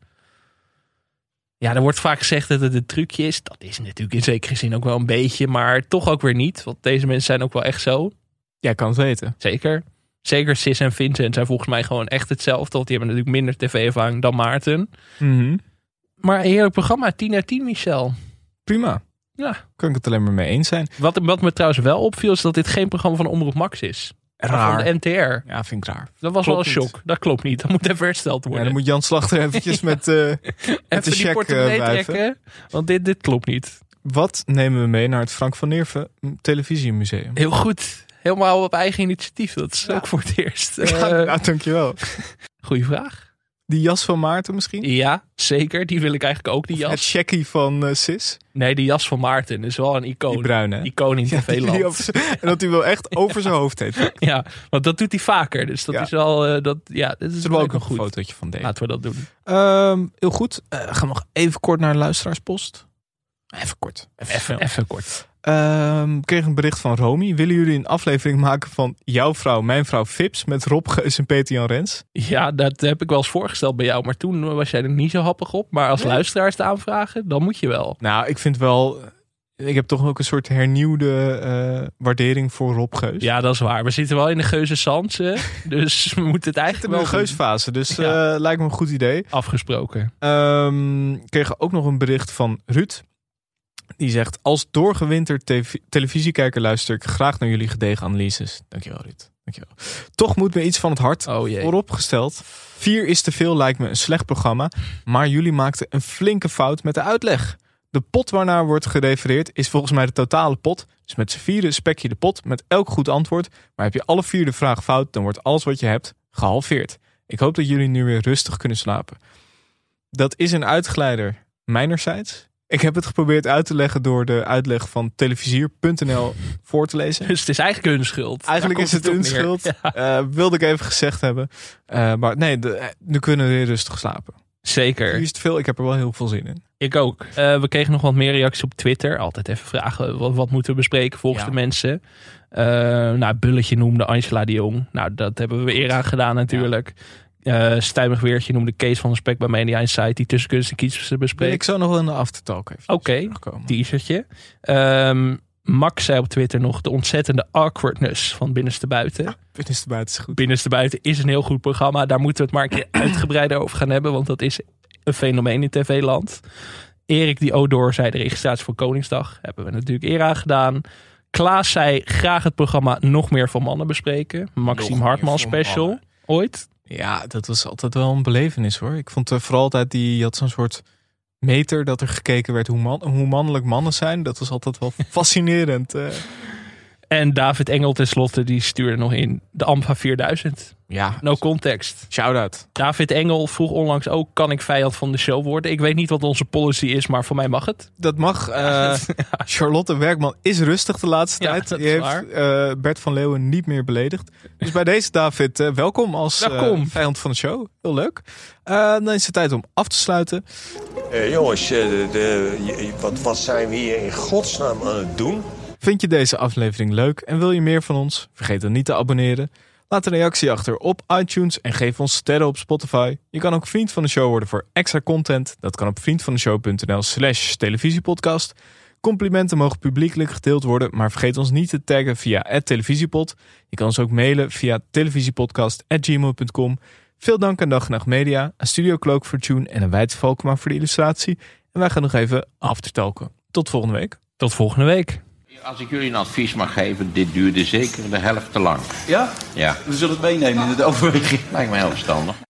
Ja, er wordt vaak gezegd dat het een trucje is. Dat is natuurlijk in zekere zin ook wel een beetje, maar toch ook weer niet. Want deze mensen zijn ook wel echt zo. Jij kan het weten. Zeker. Zeker Sis en Vincent zijn volgens mij gewoon echt hetzelfde. Want die hebben natuurlijk minder tv-ervaring dan Maarten. Mm-hmm. Maar een heerlijk programma. tien uit tien, Michel. Prima. Ja. Kan ik het alleen maar mee eens zijn. Wat, wat me trouwens wel opviel is dat dit geen programma van Omroep Max is. Raar. Van de N T R. Ja, vind ik raar. Dat was klopt wel een shock. Niet. Dat klopt niet. Dat moet even hersteld worden. Ja, dan moet Jan Slachter eventjes met, uh, met even de die check portemonnee uh, trekken. Want dit, dit klopt niet. Wat nemen we mee naar het Frank van Neerven Televisiemuseum? Heel goed. Helemaal op eigen initiatief. Dat is ja. ook voor het eerst. Ja, uh, nou, dankjewel. Goeie vraag. Die jas van Maarten misschien? Ja, zeker. Die wil ik eigenlijk ook, die jas. Het checkie van uh, Sis? Nee, die jas van Maarten is wel een icoon. Die bruine. Icoon in ja, tv-land. En dat hij wel echt over zijn hoofd heeft. Ja, want dat doet hij vaker. Dus dat ja. is wel... Uh, dat, ja, dat is Zullen we ook nog een goed. fotootje van delen? Laten we dat doen. Um, heel goed. Uh, gaan we nog even kort naar de luisteraarspost. Even kort. Even, even, even kort. Um, ik kreeg een bericht van Romy. Willen jullie een aflevering maken van Jouw Vrouw, Mijn Vrouw Fips met Rob Geus en Peter-Jan Rens? Ja, dat heb ik wel eens voorgesteld bij jou. Maar toen was jij er niet zo happig op. Maar als nee. luisteraars te aanvragen, dan moet je wel. Nou, ik vind wel... Ik heb toch ook een soort hernieuwde uh, waardering voor Rob Geus. Ja, dat is waar. We zitten wel in de Geuzensance. Dus we moeten het eigenlijk wel in de Geusfase. Dus ja. uh, lijkt me een goed idee. Afgesproken. Um, ik kreeg ook nog een bericht van Ruud. Die zegt, als doorgewinterd te- televisiekijker luister ik graag naar jullie gedegen analyses. Dankjewel Ruud. Dankjewel. Toch moet me iets van het hart oh, vooropgesteld. Vier is te veel lijkt me een slecht programma. Maar jullie maakten een flinke fout met de uitleg. De pot waarnaar wordt gerefereerd is volgens mij de totale pot. Dus met z'n vieren spek je de pot met elk goed antwoord. Maar heb je alle vier de vraag fout, dan wordt alles wat je hebt gehalveerd. Ik hoop dat jullie nu weer rustig kunnen slapen. Dat is een uitgeleider mijnerzijds. Ik heb het geprobeerd uit te leggen door de uitleg van televisier punt n l voor te lezen. Dus het is eigenlijk hun schuld. Eigenlijk is het, het hun schuld. Ja. Uh, wilde ik even gezegd hebben. Uh, maar nee, de, nu kunnen we weer rustig slapen. Zeker. Hier is het veel. Ik heb er wel heel veel zin in. Ik ook. Uh, we kregen nog wat meer reacties op Twitter. Altijd even vragen, wat, wat moeten we bespreken volgens ja. de mensen? Uh, nou, Bulletje noemde Angela de Jong. Nou, dat hebben we eer aan gedaan natuurlijk. Ja. Uh, Stijmig Weertje noemde Kees van der Spek bij Media Insight. Die tussen kunst en kies bespreken. Ik zou nog wel in de aftertalk even. Oké, okay, teasertje. Um, Max zei op Twitter nog de ontzettende awkwardness van Binnenste Buiten. Ja, Binnenste Buiten is goed. Binnenste Buiten is een heel goed programma. Daar moeten we het maar een keer uitgebreider over gaan hebben. Want dat is een fenomeen in tv-land. Erik die Odor zei de registratie voor Koningsdag. Hebben we natuurlijk eer aan gedaan. Klaas zei graag het programma Nog Meer van Mannen bespreken. Maxime Hartman special. Mannen. Ooit? Ja, dat was altijd wel een belevenis hoor. Ik vond uh, vooral altijd die, je had zo'n soort meter dat er gekeken werd hoe, man, hoe mannelijk mannen zijn. Dat was altijd wel fascinerend. Uh. En David Engel tenslotte, die stuurde nog in de A M F A vierduizend. Ja. No context. Shout-out. David Engel vroeg onlangs ook, kan ik vijand van de show worden? Ik weet niet wat onze policy is, maar voor mij mag het. Dat mag. Uh, ja. Charlotte Werkman is rustig de laatste ja, tijd. Die heeft uh, Bert van Leeuwen niet meer beledigd. Dus bij deze David, uh, welkom als welkom. Uh, vijand van de show. Heel leuk. Uh, dan is het tijd om af te sluiten. Uh, jongens, uh, de, de, wat, wat zijn we hier in godsnaam aan het doen? Vind je deze aflevering leuk en wil je meer van ons? Vergeet dan niet te abonneren. Laat een reactie achter op iTunes en geef ons sterren op Spotify. Je kan ook vriend van de show worden voor extra content. Dat kan op vriendvandeshow.nl slash televisiepodcast. Complimenten mogen publiekelijk gedeeld worden, maar vergeet ons niet te taggen via at televisiepod. Je kan ons ook mailen via televisiepodcast at gmail punt com. Veel dank aan Dag en Nacht Media, aan Studio Cloak voor Tune en aan Wijts Valkema voor de illustratie. En wij gaan nog even aftertalken. Tot volgende week. Tot volgende week. Als ik jullie een advies mag geven, dit duurde zeker de helft te lang. Ja? Ja. We zullen het meenemen in de overweging. Lijkt me heel verstandig.